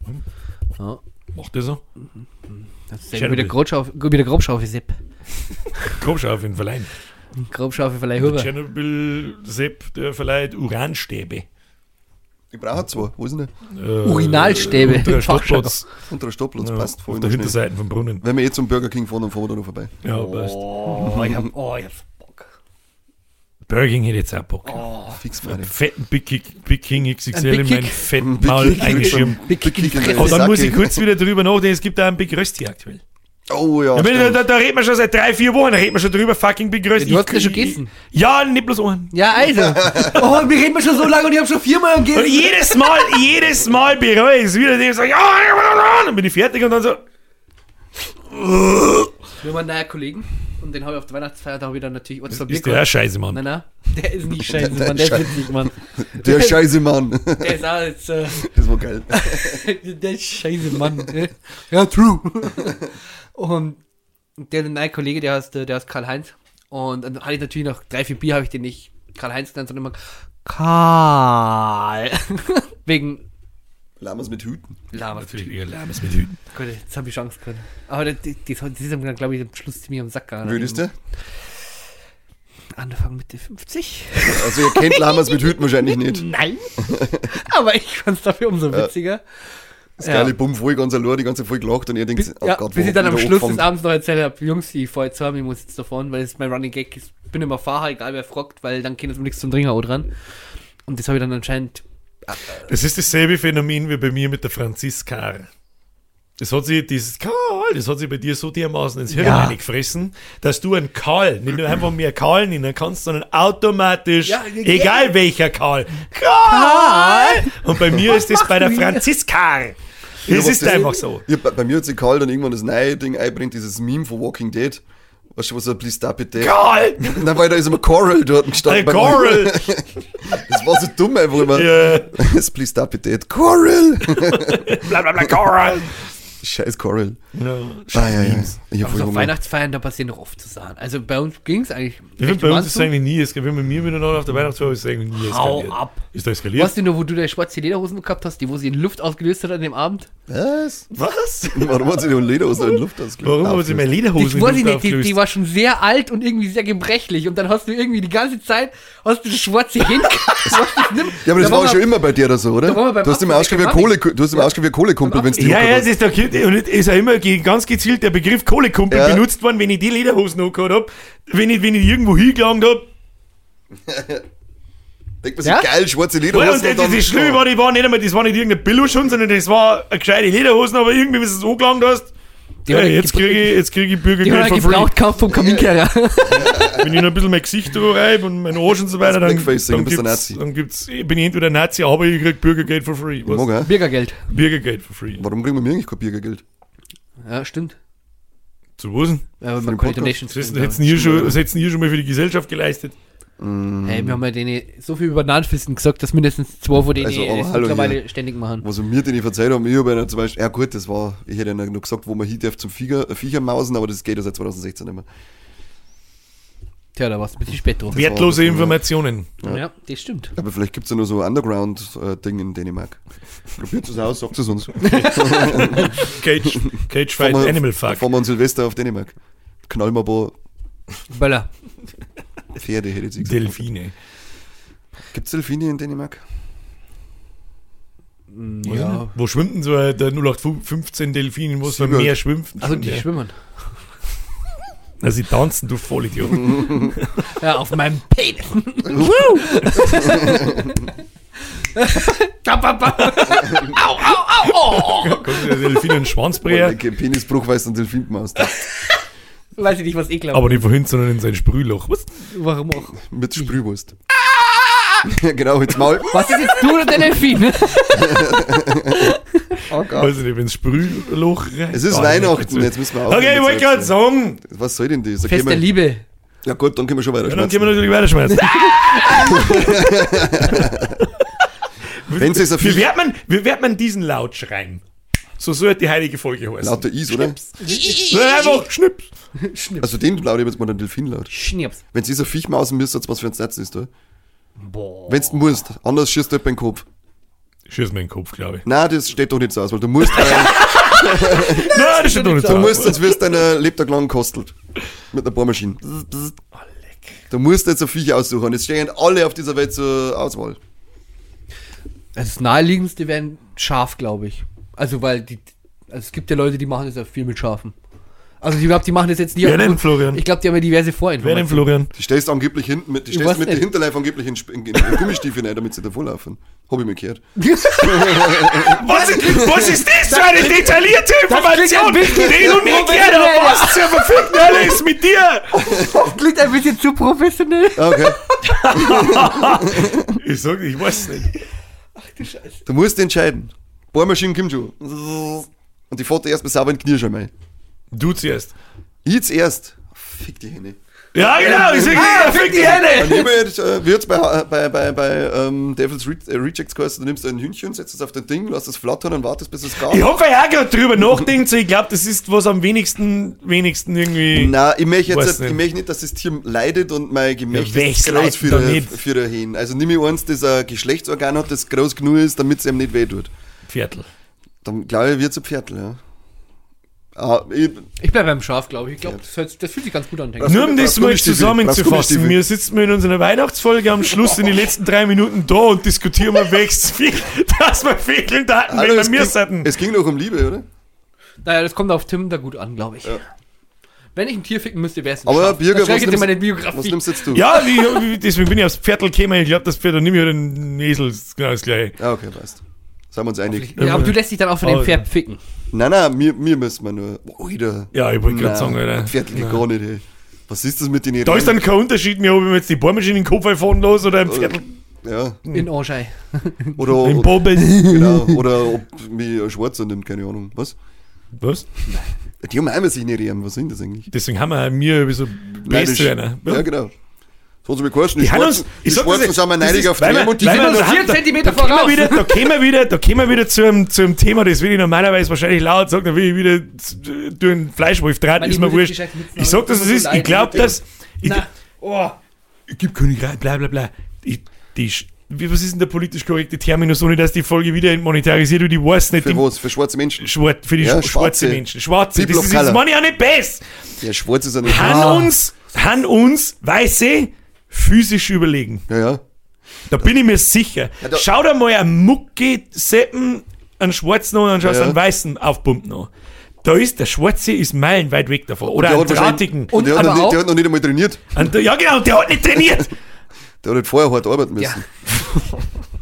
Ja. Macht der so? Das ist Chernobyl. wieder Grobschaufel, wieder Grobschaufel Sepp. Komm schon auf den Verleih. Grobschaufel vielleicht Der Huber. Tschernobyl Sepp, der verleiht Uranstäbe. Ich brauche zwei. Wo ist denn der? Äh, Urinalstäbe. Unter der Stadtplatz. Unter der Stadtplatz, Ja, passt voll. auf der Hinterseite vom Brunnen. Wenn wir jetzt zum Burger King fahren, dann fahren wir da noch vorbei. Ja, passt. Oh, ich hab, oh, ich hab Bock. Burger King hätte jetzt auch Bock. Fix, Einen meine. fetten Big, Kick, Big King X X L Ein in Big meinen Kick? fetten Big Maul Kick. eingeschirmt. Big Kick in die Fresse. Aber dann muss ich Sacke. kurz wieder drüber nachdenken, es gibt auch einen Big Rösti aktuell. Oh ja. Ja, wenn, stimmt. da, da reden wir schon seit drei, vier Wochen, da reden wir schon drüber, fucking Big Rösti. Du hast Ich- ja schon gegessen. Ja, nicht bloß einen. Ja, also. Oh, wir reden schon so lange und ich hab schon viermal Und gegessen. jedes Mal, jedes Mal bereue ich es wieder, dem sage, ja, dann bin ich fertig und dann so, Wir haben einen neuen Kollegen. Und den habe ich auf der Weihnachtsfeier, da habe ich dann natürlich... Ist, ist der auch scheiße, Mann? Nein, nein, der ist nicht scheiße, Mann, der ist witzig, Mann. Der scheiße Mann. Der ist auch jetzt... Äh, Das war geil. der ist scheiße, Mann. Ja, true. Und der neue Kollege, der heißt, der heißt Karl-Heinz. Und dann hatte ich natürlich noch drei, vier Bier, habe ich den nicht Karl-Heinz genannt, sondern immer Karl. Wegen... Lamas mit Hüten. Lama. Natürlich, ihr Lärmes mit Hüten. Gut, jetzt habe ich Chance gehabt. Aber das, das, das ist dann, glaube ich, am Schluss ziemlich am Sack gegangen. Wie alt ist der? Anfang Mitte fünfzig. Also ihr kennt Lamas mit Hüten wahrscheinlich nicht. Nein. Aber ich fand es dafür umso witziger. Das geile Bumm voll ganz allein, die ganze Zeit voll gelacht und ihr denkt, Bis, ja, Gott, bis wo ich dann hab am ich da Schluss des angefangen? Abends noch erzählt habe, Jungs, ich fahre jetzt heim, ich muss jetzt davon, weil das ist mein Running Gag. Ich bin immer Fahrer, egal wer fragt, weil dann kennt es mir nichts zum Trinken auch dran. Und das habe ich dann anscheinend... Das ist dasselbe Phänomen wie bei mir mit der Franziska. Das hat sie, dieses Karl, das hat sie bei dir so dermaßen ins Hirn Ja. reingefressen, dass du einen Karl, nicht nur einfach mehr Karl nennen kannst, sondern automatisch, Ja, egal ja. welcher Karl, Karl! Und bei mir ist das bei der machst du Franziska. Ja, Das was ist einfach so. Ja, bei, bei mir hat sich Karl dann irgendwann das neue Ding einbringt, dieses Meme von Walking Dead. Weißt du, was er Please Stop It Dead? Karl! Und dann war da ist immer Coral dort gestanden. Ein Coral! Das war so dumm einfach immer. Ja. Das Please Stop It Dead. Coral! Bla bla bla, Coral! Scheiß Coral. Ja, Ah, ja, ja. Ich hab Aber voll so auf Hunger. Weihnachtsfeiern, da passieren noch oft so Sachen. Also bei uns ging es eigentlich. Ich finde, recht bei uns human ist es zu. eigentlich nie eskaliert. Wenn wir mir miteinander auf der Weihnachtsfeier ist es eigentlich nie Hau eskaliert. ab. Ist da eskaliert? Weißt du noch, wo du deine schwarze Lederhosen gehabt hast, die wo sie in Luft ausgelöst hat an dem Abend? Was? Was? Warum hat sie den Leder aus der Luft ausgelöst? Warum haben sie meine Lederhosen Ich weiß in ich die nicht, die, die war schon sehr alt und irgendwie sehr gebrechlich und dann hast du irgendwie die ganze Zeit hast du das schwarze hin. Ja, aber das Da war waren schon wir- immer bei dir oder so, oder? Da waren wir beim Du hast immer Abschluss ausgegeben der Kohle, du hast immer ausgegeben Kohlekumpel, wenn es die Ja, ja, Jocke das ist, der, und es ist ja immer ge- ganz gezielt der Begriff Kohlekumpel Ja. benutzt worden, wenn ich die Lederhosen angehört hab, wenn ich, wenn ich irgendwo hingelangt hab. Denkt man sich, Ja? geil, schwarze Und Lederhosen. das, das ist schlimm, war, die war nicht einmal, das war nicht irgendein Billo schon, sondern das war eine gescheite Lederhosen, aber irgendwie, wenn du es angelangt hast, Die ja, hat jetzt kriege ich, jetzt krieg ich Die hat Bürgergeld er for free. gebraucht gekauft vom Kaminkehrer. Wenn ich noch ein bisschen mein Gesicht reibe und meinen Arsch und so weiter, dann, Blackfacing, dann, du bist ein gibt's, Nazi. dann gibt's, bin ich entweder Nazi, aber ich krieg Bürgergeld for free. Was? Mag, Bürgergeld. Bürgergeld for free. Warum bringen wir mir eigentlich kein Bürgergeld? Ja, stimmt. Zu was denn? Ja, aber den man Podcast? Donations. Das hätten ihr schon, das hätten ihr schon mal für die Gesellschaft geleistet. Hey, wir haben ja denen so viel über Bananenfisten gesagt, dass mindestens zwei von denen Also, aber es hallo mittlerweile ständig machen. Was mir denen erzählt haben, ich habe ja zum Beispiel, ja gut, das war, ich hätte ja noch gesagt, wo man hin darf zum Viecher, äh, Viechermausen, aber das geht ja seit zwanzig sechzehn nicht mehr. Tja, da warst du ein bisschen spät drauf. Wertlose war- Informationen. Ja, das stimmt. Aber vielleicht gibt es ja nur so Underground-Ding in Dänemark. Probiert es aus, sagt es uns. Cage, Cage Fight, Fahren wir- Animal Fuck. Fahren wir an Silvester auf Dänemark. Knallen wir ein paar Böller. Pferde, hätte ich gesagt. Delfine. Gibt es Delfine in Dänemark? Ja. Wo schwimmt denn so äh, der null acht fünfzehn Delfin, wo es beim Sieger. Meer schwimmt? Also die ja. schwimmen. Na, sie tanzen, du Vollidiot. Ja, auf meinem Penis. Bap, bap, bap. Au, au, au, au. Kommt der Delfin einen Schwanzbreher? Weil Penisbruch, weil du einen Delfin gemacht hast. Weiß ich nicht, was ich glaube. Aber nicht vorhin, sondern in sein Sprühloch. Was? Warum auch? Mit Sprühwurst. Ja, genau, ins Maul. Was ist jetzt du oder der Delfin? Oh Gott. Weiß ich nicht, wenn das Sprühloch rein. Es ist Ah, Weihnachten, nicht. jetzt müssen wir auch. Okay, ich wollte gerade sagen. Was soll denn das? Da Fest können der wir- Liebe. Ja gut, dann können wir schon weiter Ja, dann schmerzen. können wir natürlich weiterschmeißen. Wenn es ein Wie Viech... wird man, wie wird man diesen laut schreien? So soll die heilige Folge heißen. Lauter Is, oder? Nein, einfach Schnips. Also den laut, jetzt mal den Delfin laut. Schnips. Wenn es dieser Viech mausen müsste, was für ein Satz ist, da? Boah. Wenn du musst, anders schießt du halt beim Kopf. Schieß mir in den Kopf, glaube ich. Nein, das steht doch nicht so aus, weil du musst, weil, Nein, das steht doch nicht so. du musst, sonst wirst du deiner Lebtag lang kostelt. Mit einer Bohrmaschine. Du musst jetzt ein Viech aussuchen. Jetzt stehen alle auf dieser Welt zur Auswahl. Das naheliegendste wären Schaf, glaube ich. Also, weil die. Also es gibt ja Leute, die machen das ja viel mit Schafen. Also ich glaube, die machen das jetzt nicht. Wer denn, aufgrund- Florian? Ich glaube, die haben ja diverse Wer denn, Vorinformationen. Florian? Die stehst angeblich hinten mit, die Ich stehst weiß mit nicht. den Hinterleib angeblich in, in, in, in Gummistiefeln rein, damit sie da volllaufen. Hab ich mir gehört. Was ist, was ist das für eine detaillierte Information, klingt ein bisschen die du nie gehört hast? Was zur verfickten Hölle ist mit dir? Klingt ein bisschen zu professionell. Ah, okay. Ich sag, ich weiß nicht. Du musst entscheiden. Bohrmaschine kommt schon. Und die fährt erst mal sauber in die Knie schon mal. Du zuerst. Ich zuerst. Fick die Henne. Ja, genau, ich sag, ah, fick die Henne! Und immer jetzt, äh, wird's bei, bei, bei, bei ähm, Devil's Re äh, Rejects geheißen, du nimmst ein Hühnchen, setzt es auf dein Ding, lässt es flattern und wartest, bis es gar Ich hoffe, er gerade drüber nachdenkt, so, ich glaube, das ist was am wenigsten, wenigsten irgendwie... Nein, ich möchte Weiß jetzt nicht. ich möchte nicht, dass das Tier leidet und mein Gemächt Ja, ist welches groß leidet für da ein nicht? für ein Hähn. Also nimm ich eins, das ein Geschlechtsorgan hat, das groß genug ist, damit es ihm nicht wehtut. Viertel. Dann glaube ich, wird es ein Pferdl, ja. Ah, ich, Ich bleibe beim Schaf, glaube ich. Ich glaube, das, hört- das fühlt sich ganz gut an. denke ich. Nur um das mal Gummistiefel. zusammenzufassen, Gummistiefel. wir sitzen in unserer Weihnachtsfolge am Schluss in den letzten drei Minuten da und diskutieren mal, welches Vieh, dass wir fehlen da hatten, Alter, wenn es, wir mir ging, hatten. es ging noch um Liebe, oder? Naja, das kommt auf Tim da gut an, glaube ich. Ja. Wenn ich ein Tier ficken müsste, wäre es ein Aber Schaf. Birger, Dann schreibe was ich jetzt in meine nimmst, was Biografie. nimmst jetzt du? Ja, wie, wie, deswegen bin ich aufs Pferdl gekommen. Ich glaube, das Pferd, dann nehme ich halt den Esel, ist genau das gleiche. Ja, okay, weißt. Sind wir uns einig. Ja, aber du lässt dich dann auch von dem Oh, Pferd ficken. Nein, nein, wir, wir müssen wir nur. Oh, Alter. Ja, ich wollte gerade Nein, sagen, Alter. Pferdl geht gar nicht, ey. Was ist das mit den Da ist dann kein Unterschied mehr, ob ich mir jetzt die Bohrmaschine in den Kopf fahren lasse oder ein Pferd Ja. In Orschei. Oder, im oder, Bobbel. genau, oder ob mich ein Schwarzer nimmt, keine Ahnung. Was? Was? Die haben einmal sich nicht reden. Was sind das eigentlich? Deswegen haben wir mir über so Blästrainer. Ja, genau. So haben sie mir die Die haben Schwarzen, uns, die ich sag Schwarzen das, sind wir das neidig ist- auf die weil wir- Lärm und die weil sind wir- uns da vier haben- da- Zentimeter da kommen wir voraus. wieder, da kommen wir wieder, da kommen wir wieder zum, zum Thema, das will ich normalerweise wahrscheinlich laut sagen, da will ich wieder z- durch einen Fleischwolf treten, Weil ist ich mir muss jetzt wurscht. die Scheiße mitnehmen, Ich sag, aber dass ich es muss ist, so ich leiden. glaub, dass, ich, Na, oh. ich gib Königreich, bla bla bla. Die, die, Sch- wie, was ist denn der politisch korrekte Terminus, ohne dass die Folge wieder monetarisiert wird, ich weiß nicht. für die- was? Für schwarze Menschen. Schwar für die Ja, sch- schwarze schwarze. Menschen. Schwarze, People das of ist, das color. meine ich auch nicht best. Ja, schwarz ist ja nicht. Han Ah. uns, han uns, Weiße, physisch überlegen. Ja, ja. Da bin ich mir sicher. Ja, da- Schau dir mal einen Mucki-Seppen, einen Schwarzen an und dann schaust du Ja, ja. einen Weißen aufpumpen an. Da ist, der Schwarze ist meilenweit weg davon. Oder Der einen hat wahrscheinlich- Drahtigen. Und der hat, aber noch nicht, auch- der hat noch nicht einmal trainiert. Und der- Ja genau, der hat nicht trainiert. Der hat halt vorher hart arbeiten müssen. Ja.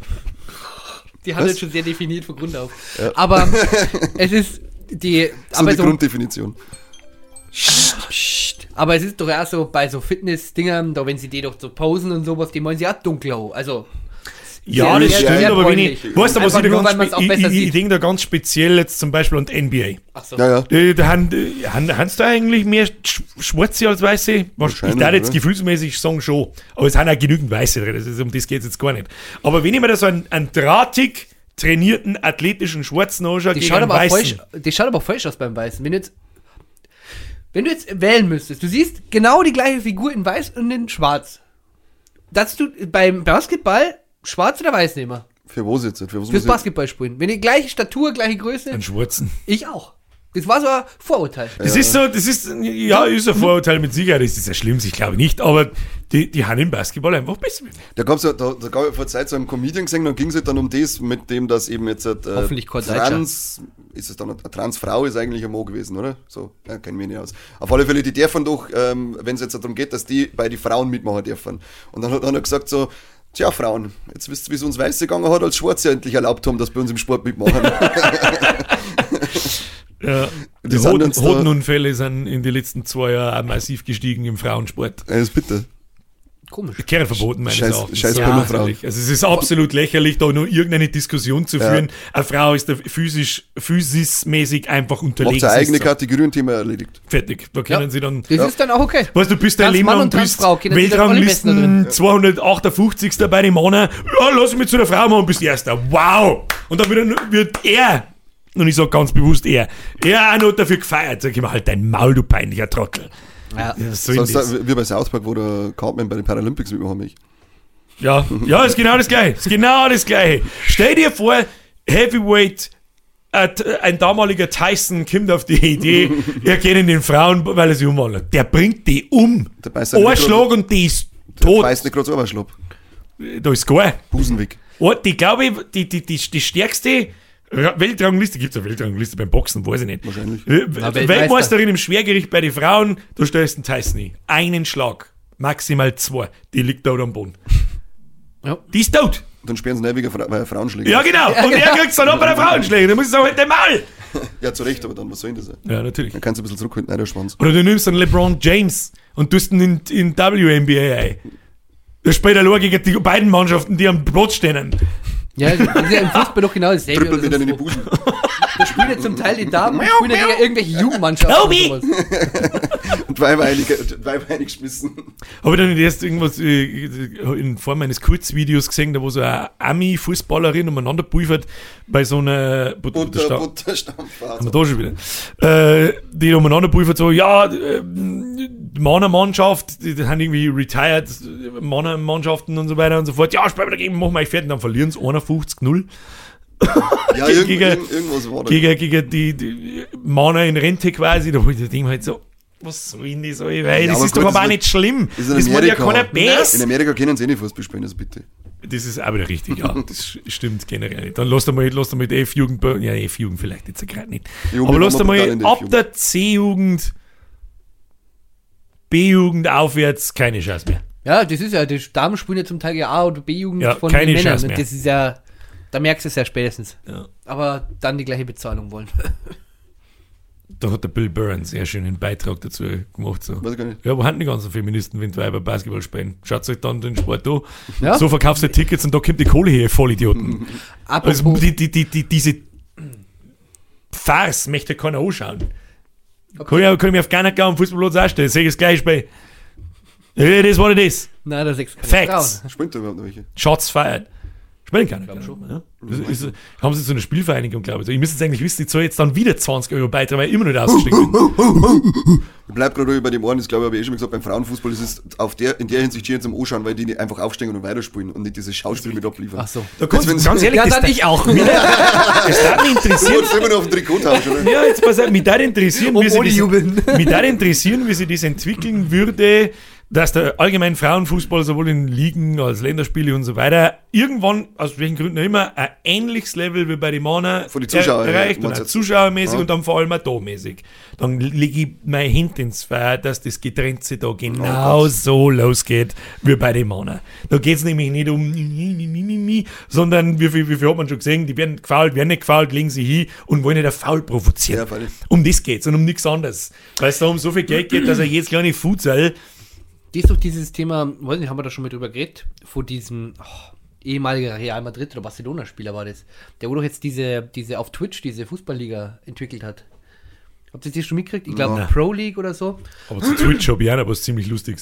Die haben Was? das schon sehr definiert von Grund auf. Aber es ist die. So aber die so, Grunddefinition. aber es ist doch auch so bei so Fitness-Dingern, da wenn sie die doch so posen und sowas, die wollen sie auch dunkel haben. Also. Ja, Sehr- das sehr- stimmt, sehr aber wenn ich, bräunlich. weißt du, was Einfach ich da nur, ganz weil man's spe- auch ich, besser ich, ich sieht. denke da ganz speziell jetzt zum Beispiel an die N B A. Ach so. Ja, ja. Äh, Da haben, äh, haben, haben da eigentlich mehr Sch- Schwarze als Weiße? Ich Wahrscheinlich, darf jetzt oder? gefühlsmäßig sagen schon. Aber es sind auch genügend Weiße drin, das ist, um das geht es jetzt gar nicht. Aber wenn ich mir da so einen, einen drahtig trainierten, athletischen Schwarzen anschaue, Die gegen schaut, einen aber auch Weißen. falsch, die schaut aber auch falsch aus beim Weißen. Wenn du, jetzt, wenn du jetzt wählen müsstest, du siehst genau die gleiche Figur in Weiß und in Schwarz. Dass du beim Basketball Schwarz oder Weiß nehmen. Für was jetzt? Für was Fürs muss ich- Basketball spielen. Wenn die gleiche Statur, gleiche Größe, Einen Schwarzen. ich auch. Das war so ein Vorurteil. Das ist so, das ist, ja, ist ein Vorurteil mit Sicherheit, das ist ja schlimm, ich glaube nicht, aber die, die haben im Basketball einfach besser. Da gab's ja, da, da gab es vor Zeit so einen Comedian gesehen, dann ging es halt dann um das, mit dem, dass eben jetzt halt, äh, Hoffentlich kein Trans, ist es dann eine Transfrau ist eigentlich ein Mann gewesen, oder? So, ja, kennen wir nicht aus. Auf alle Fälle, die dürfen doch, ähm, wenn es jetzt darum geht, dass die bei den Frauen mitmachen dürfen. Und dann hat dann hat er gesagt so, tja Frauen, jetzt wisst ihr, wie es uns Weiße gegangen hat, als Schwarze endlich erlaubt haben, dass wir uns im Sport mitmachen. Ja, Die die sind Hoden, uns da- Hodenunfälle sind in den letzten zwei Jahren auch massiv gestiegen im Frauensport. Das ist bitte. Komisch. Kehrt verboten, meines Scheiß- Erachtens. scheiß Ja, Böhmerfrau. natürlich. Also es ist absolut lächerlich, da nur irgendeine Diskussion zu Ja. führen. Eine Frau ist da physisch, physismäßig einfach unterlegen. Macht eine eigene Sie ist so Kategorie und Thema erledigt. fertig. Da können Ja. sie dann... Das Ja. ist dann auch okay. Weißt du, du bist dein Trans Leben Mann lang und bist Transfrau können sie dann alle messen da Weltranglisten drin. zweihundertachtundfünfzigster bei den Männern. Ja, lass mich zu der Frau machen und bist Erster. Wow! Und dann wird, wird er, und ich sag ganz bewusst er, er auch noch dafür gefeiert. Sag ich mal, halt dein Maul, du peinlicher Trottel. Ja. Ja, was soll So, denn das? so, wie bei South Park, wo der Cartman bei den Paralympics mitmachen möchte. Ja, ja, ist genau das Gleiche. Ist genau das Gleiche. Stell dir vor, Heavyweight, äh, ein damaliger Tyson kommt auf die Idee, er geht in den Frauen, weil er sie umwandelt. Der bringt die um. Der beißt einen Ein nicht Schlag und die ist Der tot. beißt nicht gerade so Oberschlapp. Da ist gar. Busen weg. Oh, die glaube ich, die, die, die, die stärkste Ra- Weltrangliste, gibt es eine Weltrangliste beim Boxen, weiß ich nicht. Wahrscheinlich. Äh, Na, Weltmeisterin Weltmeister. im Schwergewicht bei den Frauen, da stellst du einen Tyson ein. Einen Schlag, maximal zwei, die liegt da am Boden. Ja. Die ist tot. Und dann sperren sie nicht wegen Fra weil er Frauenschläge. Ja, genau. Und er kriegt es dann auch bei der Frauenschläge. Da muss ich sagen, halt den Maul. Ja, zu Recht, aber dann, was soll denn das sein? Ja, natürlich. Dann kannst du ein bisschen zurückhalten, nein, der Schwanz. Oder du nimmst einen LeBron James und tust ihn in, in W N B A ein. Der spielt allein gegen die beiden Mannschaften, die am Platz stehen. Ja, das ist ja im Fußball doch genau dasselbe. Trippel oder wieder in die sonst wo. Busen. Da spielen ja zum Teil die Damen, spielen ja gegen irgendwelche Jugendmannschaften Tobi! oder sowas. Und Weiber eingeschmissen. Habe ich dann nicht erst irgendwas äh, in Form eines Kurzvideos gesehen, da wo so eine Ami-Fußballerin umeinander pulvert bei so einer But- Butter, Buttersta- Butterstampfphase. Haben wir da schon wieder. Äh, die umeinander pulvert so, ja, äh, die Mann-Mannschaft, die, die haben irgendwie retired Mann-Mannschaften und so weiter und so fort. Ja, spielen wir dagegen, machen wir euch fertig, dann verlieren sie einundfünfzig null. Ja, Gegen- irgend, gegen- irgend, irgendwas war da. Gegen, gegen die, die Männer in Rente quasi, da wollte ich dem halt so, was soll denn das? Ich weiß, Ja, das aber ist gut, doch aber das auch wird- nicht schlimm. ist in Das macht ja Amerika. keiner In besser. Amerika können sie eh nicht Fußball spielen, also bitte. Das ist auch wieder richtig, ja. Das stimmt generell nicht. Dann lasst einmal, lasst einmal die F-Jugend, ja, F-Jugend vielleicht jetzt gerade nicht. Jugend Aber haben lasst wir brutal einmal in der ab F-Jugend. der C-Jugend, B-Jugend aufwärts keine Chance mehr. Ja, das ist ja, die Damen spielen ja zum Teil ja A- oder B-Jugend Ja, von keine den Männern. Chance Und mehr. das ist ja, da merkst du es ja spätestens. Ja. Aber dann die gleiche Bezahlung wollen. Da hat der Bill Burr einen sehr schönen Beitrag dazu gemacht. So. Weiß ich gar nicht. Ja, wo haben die ganzen Feministen, wenn die Weiber Basketball spielen? Schaut euch dann den Sport an. Ja? So verkaufst du Tickets und da kommt die Kohle her, ihr Vollidioten. Apropos, Also die, die, die, die, diese Farce möchte keiner anschauen. Kann ich, kann ich mich auf keinen Gang am Fußballplatz anstellen, sehe ich das gleiche bei. It is what it is. na, da sechs Facts. Spielt da überhaupt noch welche? Shots fired. Spielen keiner. glaub schon. Ja? Das ist, haben sie so eine Spielvereinigung, glaube ich. Also, ich müsste jetzt eigentlich wissen, ich zahle jetzt dann wieder zwanzig Euro Beitrag, weil ich immer noch nicht ausgestiegen bin. Ich bleib gerade über dem Ohren, das glaube ich, habe ich eh schon mal gesagt, beim Frauenfußball ist es auf der, in der Hinsicht schön zum Anschauen, weil die nicht einfach aufstehen und weiterspielen und nicht dieses Schauspiel mit abliefern. Ach so. Da kannst du, wenn's- ganz ehrlich, Ja, das, dann ich auch. das darf mich Du interessieren. wolltest immer noch auf den Trikot tauschen, oder? Ja, jetzt pass auf, mich darf interessieren, wie Um sich ohne das, jubeln. mich darf interessieren, wie sich das entwickeln würde, dass der allgemein Frauenfußball sowohl in Ligen als Länderspiele und so weiter irgendwann, aus welchen Gründen auch immer, ein ähnliches Level wie bei den Männern Von den Zuschauern, erreicht ja, und meinst auch du? zuschauermäßig Ja. und dann vor allem auch da mäßig. Dann lege ich mein Hint ins Feuer, dass das Getrenze da genau so losgeht wie bei den Männern. Da geht es nämlich nicht um mi, mi, mi, mi, mi, sondern wie viel, wie viel hat man schon gesehen, die werden gefault, werden nicht gefault, legen sie hin und wollen nicht ein Foul provozieren. Ja, freilich. Um das geht's und um nichts anderes. Weil es da um so viel Geld geht, dass er jedes kleine Futsal, Das ist doch dieses Thema, weiß nicht, haben wir da schon mal drüber geredet, von diesem oh, ehemaliger Real Madrid oder Barcelona-Spieler war das, der wo doch jetzt diese, diese auf Twitch, diese Fußballliga entwickelt hat. Habt ihr das schon mitgekriegt? Ich glaube Ja. Pro League oder so. aber zu Twitch habe ich auch noch was ziemlich Lustiges.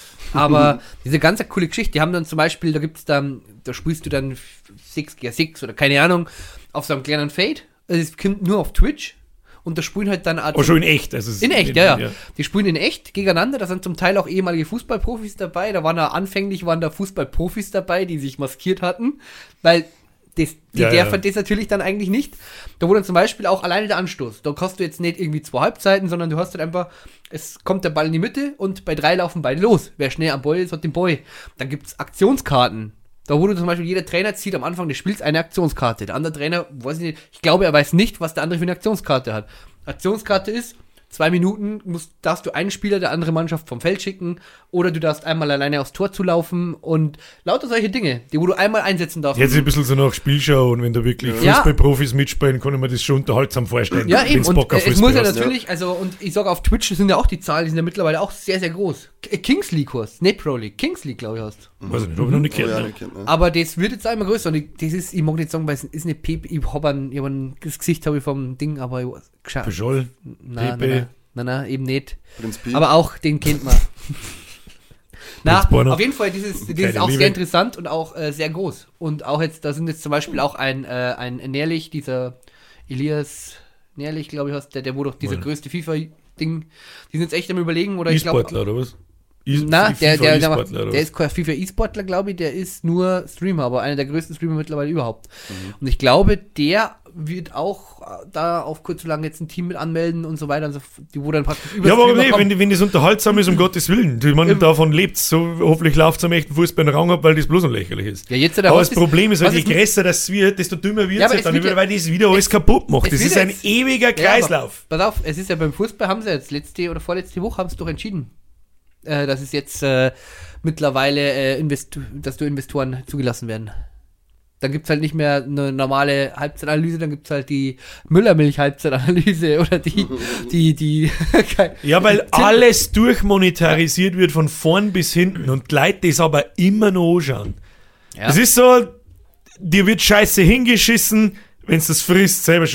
Aber diese ganze coole Geschichte, die haben dann zum Beispiel, da gibt's dann, da spielst du dann sechs gegen sechs oder keine Ahnung, auf so einem kleinen Fade. Also es kommt nur auf Twitch und da spielen halt dann Aber schon in echt. Also es- in echt, ja, ja. Die spielen in echt gegeneinander. Da sind zum Teil auch ehemalige Fußballprofis dabei. Da waren da anfänglich waren da Fußballprofis dabei, die sich maskiert hatten, weil das, die Ja, dürfen ja. das natürlich dann eigentlich nicht. Da wurde dann zum Beispiel auch alleine der Anstoß. Da hast du jetzt nicht irgendwie zwei Halbzeiten, sondern du hast halt einfach, es kommt der Ball in die Mitte und bei drei laufen beide los. Wer schnell am Ball ist, hat den Ball. Dann gibt es Aktionskarten. Da wurde zum Beispiel, jeder Trainer zieht am Anfang des Spiels eine Aktionskarte. Der andere Trainer, weiß ich nicht, ich glaube, er weiß nicht, was der andere für eine Aktionskarte hat. Aktionskarte ist, zwei Minuten musst, darfst du einen Spieler der anderen Mannschaft vom Feld schicken oder du darfst einmal alleine aufs Tor zulaufen und lauter solche Dinge, die wo du einmal einsetzen darfst. Jetzt ein bisschen so nach Spielschau und wenn da wirklich Ja. Fußballprofis mitspielen, kann ich mir das schon unterhaltsam vorstellen. Ja, eben. wenn's Und Bock auf äh, es Fußball muss ja hast. natürlich, also, und ich sage, auf Twitch sind ja auch die Zahlen, die sind ja mittlerweile auch sehr, sehr groß. K- Kings League heißt, nicht Pro League, Kings League, glaube ich, heißt. Weiß ich nicht, habe ich noch nicht Oh, ja, gehört. nicht kennt, ne? Aber das wird jetzt auch immer größer. Und ich, das ist, ich mag nicht sagen, weil es ist nicht Pepe, ich habe ein, ich hab ein, das Gesicht habe ich vom Ding, aber ich geschaut. Peugeot, Nein, Pepe. nein, nein, nein, eben nicht. Prinz Pi. Aber auch, den kennt man. Na, Prinz Borner. auf jeden Fall, dieses, das ist Keine auch Liebe. sehr interessant und auch äh, sehr groß. Und auch jetzt, da sind jetzt zum Beispiel auch ein, äh, ein Nährlich, dieser Elias Nährlich, glaube ich, heißt der, der wo doch dieser Wohl. größte FIFA-Ding, die sind jetzt echt am überlegen, oder ich glaube. E-Sportler oder was? E- Na, FIFA der, der, der, E-Sportler macht, oder der was? ist kein FIFA E-Sportler, glaube ich, der ist nur Streamer, aber einer der größten Streamer mittlerweile überhaupt. Mhm. Und ich glaube, der wird auch äh, da auf kurz oder lang jetzt ein Team mit anmelden und so weiter, und so, die wo dann praktisch über Ja, aber Streamer nee, kommen. wenn, wenn das unterhaltsam ist, um Gottes Willen. Ich meine, Im- davon lebt so hoffentlich läuft es am echten Fußball einen Rang ab, weil das bloß unlächerlich ist. Ja, jetzt hat er Aber was das ist- Problem ist halt, was je ist mit- größer das wird, desto dümmer wird Ja, aber es es dann, wird wieder, ja- weil das wieder alles kaputt macht. es Das wird ist ein jetzt- ewiger Ja, aber Kreislauf. pass auf, es ist ja beim Fußball, haben sie jetzt letzte oder vorletzte Woche haben sie doch entschieden, äh, dass es jetzt äh, mittlerweile, äh, Invest dass du Investoren zugelassen werden. Dann gibt es halt nicht mehr eine normale Halbzeitanalyse, dann gibt es halt die Müllermilch-Halbzeitanalyse oder die, die, die, kein- Ja, weil alles durchmonetarisiert wird von vorn bis hinten und die Leute das aber immer noch anschauen. Ja. Es ist so, dir wird scheiße hingeschissen, wenn du das frisst, selber schuld.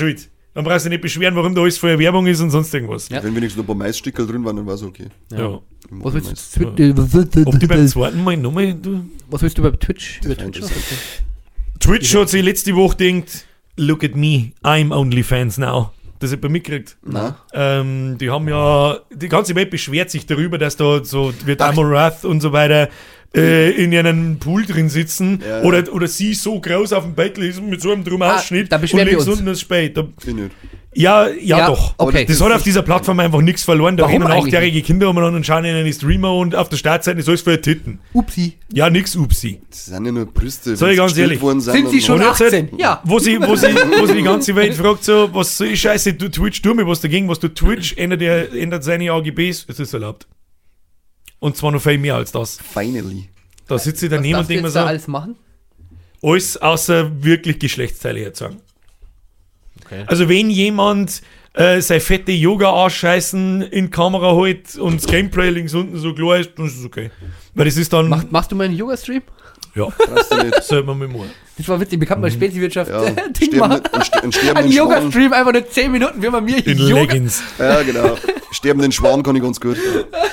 Dann brauchst du dich nicht beschweren, warum da alles voller Werbung ist und sonst irgendwas. Ja. Wenn wenigstens noch ein paar Maisstickel drin waren, dann war es okay. Ja. Ja. Was Mais. willst du, Twi- was willst du- Ob die beim zweiten Mal nochmal... Du? was willst du bei Twitch? Über Feind Twitch ist noch? Twitch hat sich letzte Woche gedacht, look at me, I'm OnlyFans now. Das hat man mitgekriegt. Nein. Ähm, die haben ja, die ganze Welt beschwert sich darüber, dass da so wird Ach. Amorath und so weiter äh, in einem Pool drin sitzen Ja. oder, oder sie so groß auf dem Bett lesen mit so einem drum Ah, Ausschnitt da und beschweren wir links uns. unten das Spät. Da, Ich nicht. ja, ja, Ja, doch. okay. Das hat auf dieser Plattform einfach nichts verloren. Da Warum rennen eigentlich achtjährige Kinder umeinander und schauen in die Streamer und auf der Startseite ist alles für Titten. Upsi. Ja, nix Upsi. Das sind ja nur Brüste. Sag ich die ganz gestillt ehrlich. worden Sind sie und- schon Und jetzt achtzehn? halt, Ja. Wo sie, wo, sie, wo sie die ganze Welt fragt, so, was soll ich scheiße, du Twitch, tu mir was dagegen, was du Twitch ändert, der, ändert seine A G Bs, es ist erlaubt. Und zwar noch viel mehr als das. Finally. Da sitzt ich Was daneben und darfst du denkt mir jetzt so, da alles machen? alles außer wirklich Geschlechtsteile herzeigen. Okay. Also wenn jemand äh, seine fette Yoga-Ausscheißen in die Kamera hält und das Gameplay links unten so klar ist, dann ist es okay. Weil das ist dann, Mach, machst du mal einen Yoga-Stream? ja, Brauchst du nicht. sollte man mit machen. Das war witzig, wir kann mal Spätwirtschaft Ja, äh, ein Ding machen. sterbenden- ein ste- ein sterbenden Ein Schwan. Yoga-Stream, einfach nur zehn Minuten, wie man mir In Yoga... Leggings. Ja, genau. Sterbenden Schwan kann ich ganz gut.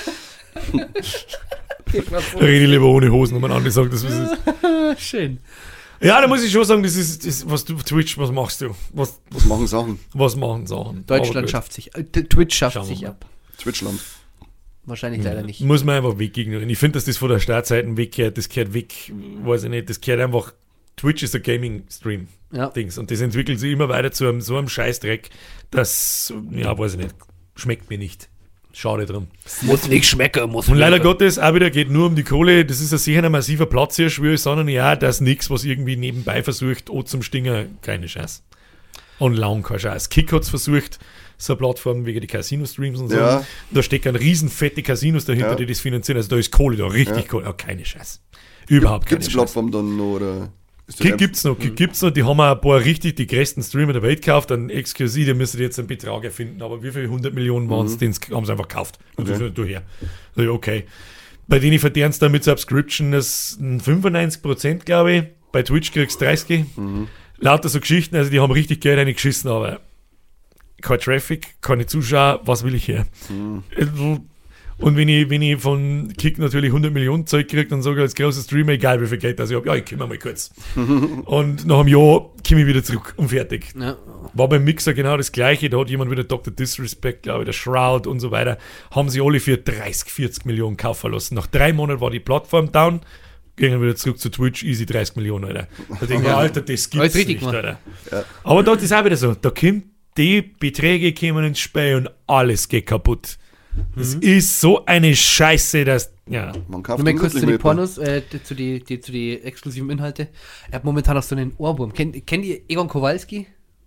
Da rede ich lieber ohne Hosen, um einander sagt, das was ist. Schön. Ja, da muss ich schon sagen, das ist, das, was du auf Twitch, was machst du? Was, Was machen Sachen? was machen Sachen? Aber Deutschland gut. schafft sich, äh, Twitch schafft Schauen wir sich mal. ab. Twitchland. Wahrscheinlich leider nicht. Muss man einfach wegignorieren. Ich finde, dass das von der Startseite weggehört, das gehört weg, weiß ich nicht, das gehört einfach, Twitch ist ein Gaming-Stream-Dings Ja. und das entwickelt sich immer weiter zu einem, so einem Scheißdreck, das, ja, weiß ich nicht, schmeckt mir nicht. Schade drum. Muss nicht schmecken, muss Und leider Gottes, auch wieder geht nur um die Kohle, das ist ja sicher ein massiver Platz hier, schwöre ich, sondern ja, das ist nichts, was irgendwie nebenbei versucht, oh zum Stinger, keine Scheiß. Und lang kein Scheiß. Kick hat es versucht, so eine Plattform wegen die Casino-Streams und so. Ja. Da stecken riesen fette Casinos dahinter, Ja. die das finanzieren. Also da ist Kohle da, richtig Ja. Kohle. Oh, keine Scheiß. Überhaupt Gibt es keine die Scheiß. Plattform dann noch? Oder ist das Kick einfach- gibt's noch, Kick gibt's noch. Die haben auch ein paar richtig die größten Streamer der Welt gekauft, dann exklusiv, die müssen jetzt einen Betrag erfinden, aber wie viele hundert Millionen waren es, den haben sie einfach gekauft. Und Okay. okay. du her. So, ja, okay. Bei denen verdienen sie dann mit Subscription das fünfundneunzig Prozent, glaube ich. Bei Twitch kriegst du dreißig. Lauter so Geschichten, also die haben richtig Geld reingeschissen, aber kein Traffic, keine Zuschauer, was will ich her? Also, und wenn ich, wenn ich von Kick natürlich hundert Millionen Zeug kriege, dann sage ich als großer Streamer, egal wie viel Geld das ich habe, ja, ich kümmere mal kurz. Und nach einem Jahr komme ich wieder zurück und fertig. Ja. War beim Mixer genau das Gleiche, da hat jemand wieder Doktor Disrespect, glaube ich, der Shroud und so weiter, haben sie alle für dreißig, vierzig Millionen kaufen lassen. Nach drei Monaten war die Plattform down, gehen wieder zurück zu Twitch, easy dreißig Millionen, Alter. Da denke ich, Alter, das gibt's Alles richtig nicht, gemacht. Alter. Ja. Aber dort ist auch wieder so, da kommt die Beträge kommen ins Spiel und alles geht kaputt. Das ist so eine Scheiße, dass, ja. Man kauft Nur mal kurz zu grundsätzlich den mal Pornos, äh, die- zu die, die, zu die exklusiven Inhalte. Er hat momentan auch so einen Ohrwurm. Kennt, kennt ihr Egon Kowalski?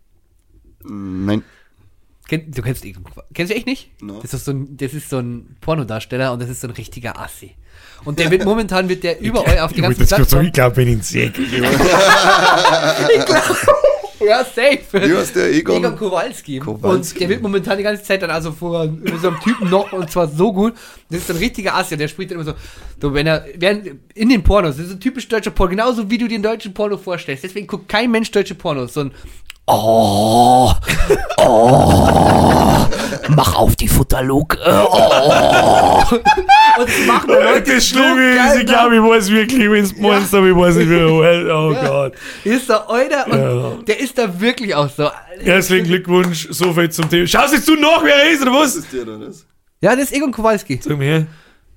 Nein. Kennt, du kennst Egon Kowalski. Kennst du echt nicht? No. Das ist so ein, das ist so ein Pornodarsteller und das ist so ein richtiger Assi. Und der wird momentan wird der überall auf die Ich wollte ganzen das gerade sagen, Plattformen. ich glaube, wenn ich ihn sehe. Ja, safe. Wie heißt der Egon? Egon Kowalski. Kowalski. Und der wird momentan die ganze Zeit dann also vor so einem Typen noch und zwar so gut. Das ist so ein richtiger Assi. Der spricht dann immer so, du, wenn er, während, in den Pornos, das ist ein typisch deutscher Porno, genauso wie du dir den deutschen Porno vorstellst. Deswegen guckt kein Mensch deutsche Pornos. So ein, oh, oh, mach auf die Futterluke. Oh. Und das machen die Leute Das so Schlimme ist, geil, ich glaube, ich weiß wirklich, wenn es meinst, aber ich weiß nicht, wie well. Oh Ja. Gott. Ist da Euder und Ja. der ist da wirklich auch so. Herzlichen Glückwunsch, so viel zum Thema. Schaust jetzt du noch, wer er ist, oder was? Was ist der da? Das? Ja, das ist Egon Kowalski. Sag mir her.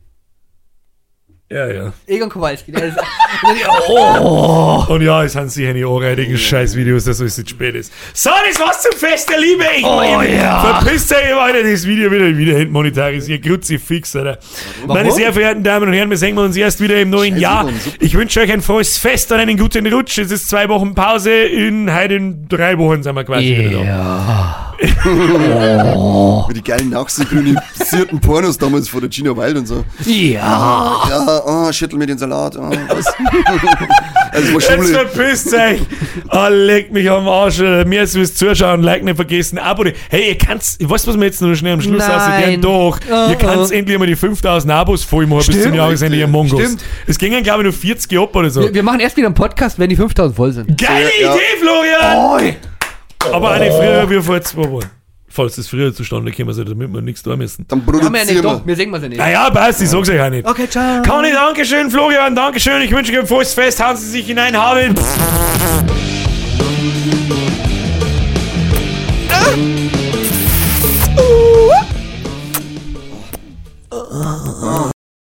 Ja, ja. Egon Kowalski. Der ist, oh. Und ja, es haben sicher eine anreinigen Scheißvideos, dass es jetzt spät ist. So, das war's zum Fest der Liebe. Ich Oh, ja. Verpisst euch, Alter, das Video wieder, wieder entmonetarisiert. Kruzifix, Alter. Meine sehr verehrten Damen und Herren, wir sehen uns erst wieder im neuen Scheiße, Jahr. Mann, super. Ich wünsche euch ein frohes Fest und einen guten Rutsch. Es ist zwei Wochen Pause. In, heute in drei Wochen sind wir quasi wieder da. Ja. Mit die geilen nachsynchronisierten Pornos damals von der Gina Wild und so. Ja. Ja, oh, schüttel mir den Salat. Oh, was? Also war Jetzt Schule. verpisst euch! Oh, leckt mich am Arsch. Mehr fürs Zuschauen, Like nicht vergessen, Abo. Hey, ihr kannst, weißt du, was wir jetzt noch schnell am Schluss Nein. aussehen? Doch, Oh, ihr kannst oh. endlich mal die fünftausend Abos voll machen bis Stimmt. zum Jahresende, ihr Mongos. Stimmt. Es gingen, glaube ich, nur vierzig ab oder so. Wir, wir machen erst wieder einen Podcast, wenn die fünftausend voll sind. Geile Ja. Idee, Florian! Oi. Aber auch nicht früher wie vor zwei Wochen. Falls das früher zustande käme, also damit wir nichts da müssen. Dann Haben wir ja nicht produzieren doch, wir. wir singen wir ja nicht. Naja, passt, ich sag's euch auch nicht. Okay, ciao. Conny, Dankeschön, Florian, Dankeschön. Ich wünsche euch ein volles Fest. Hauen Sie sich hinein, haben.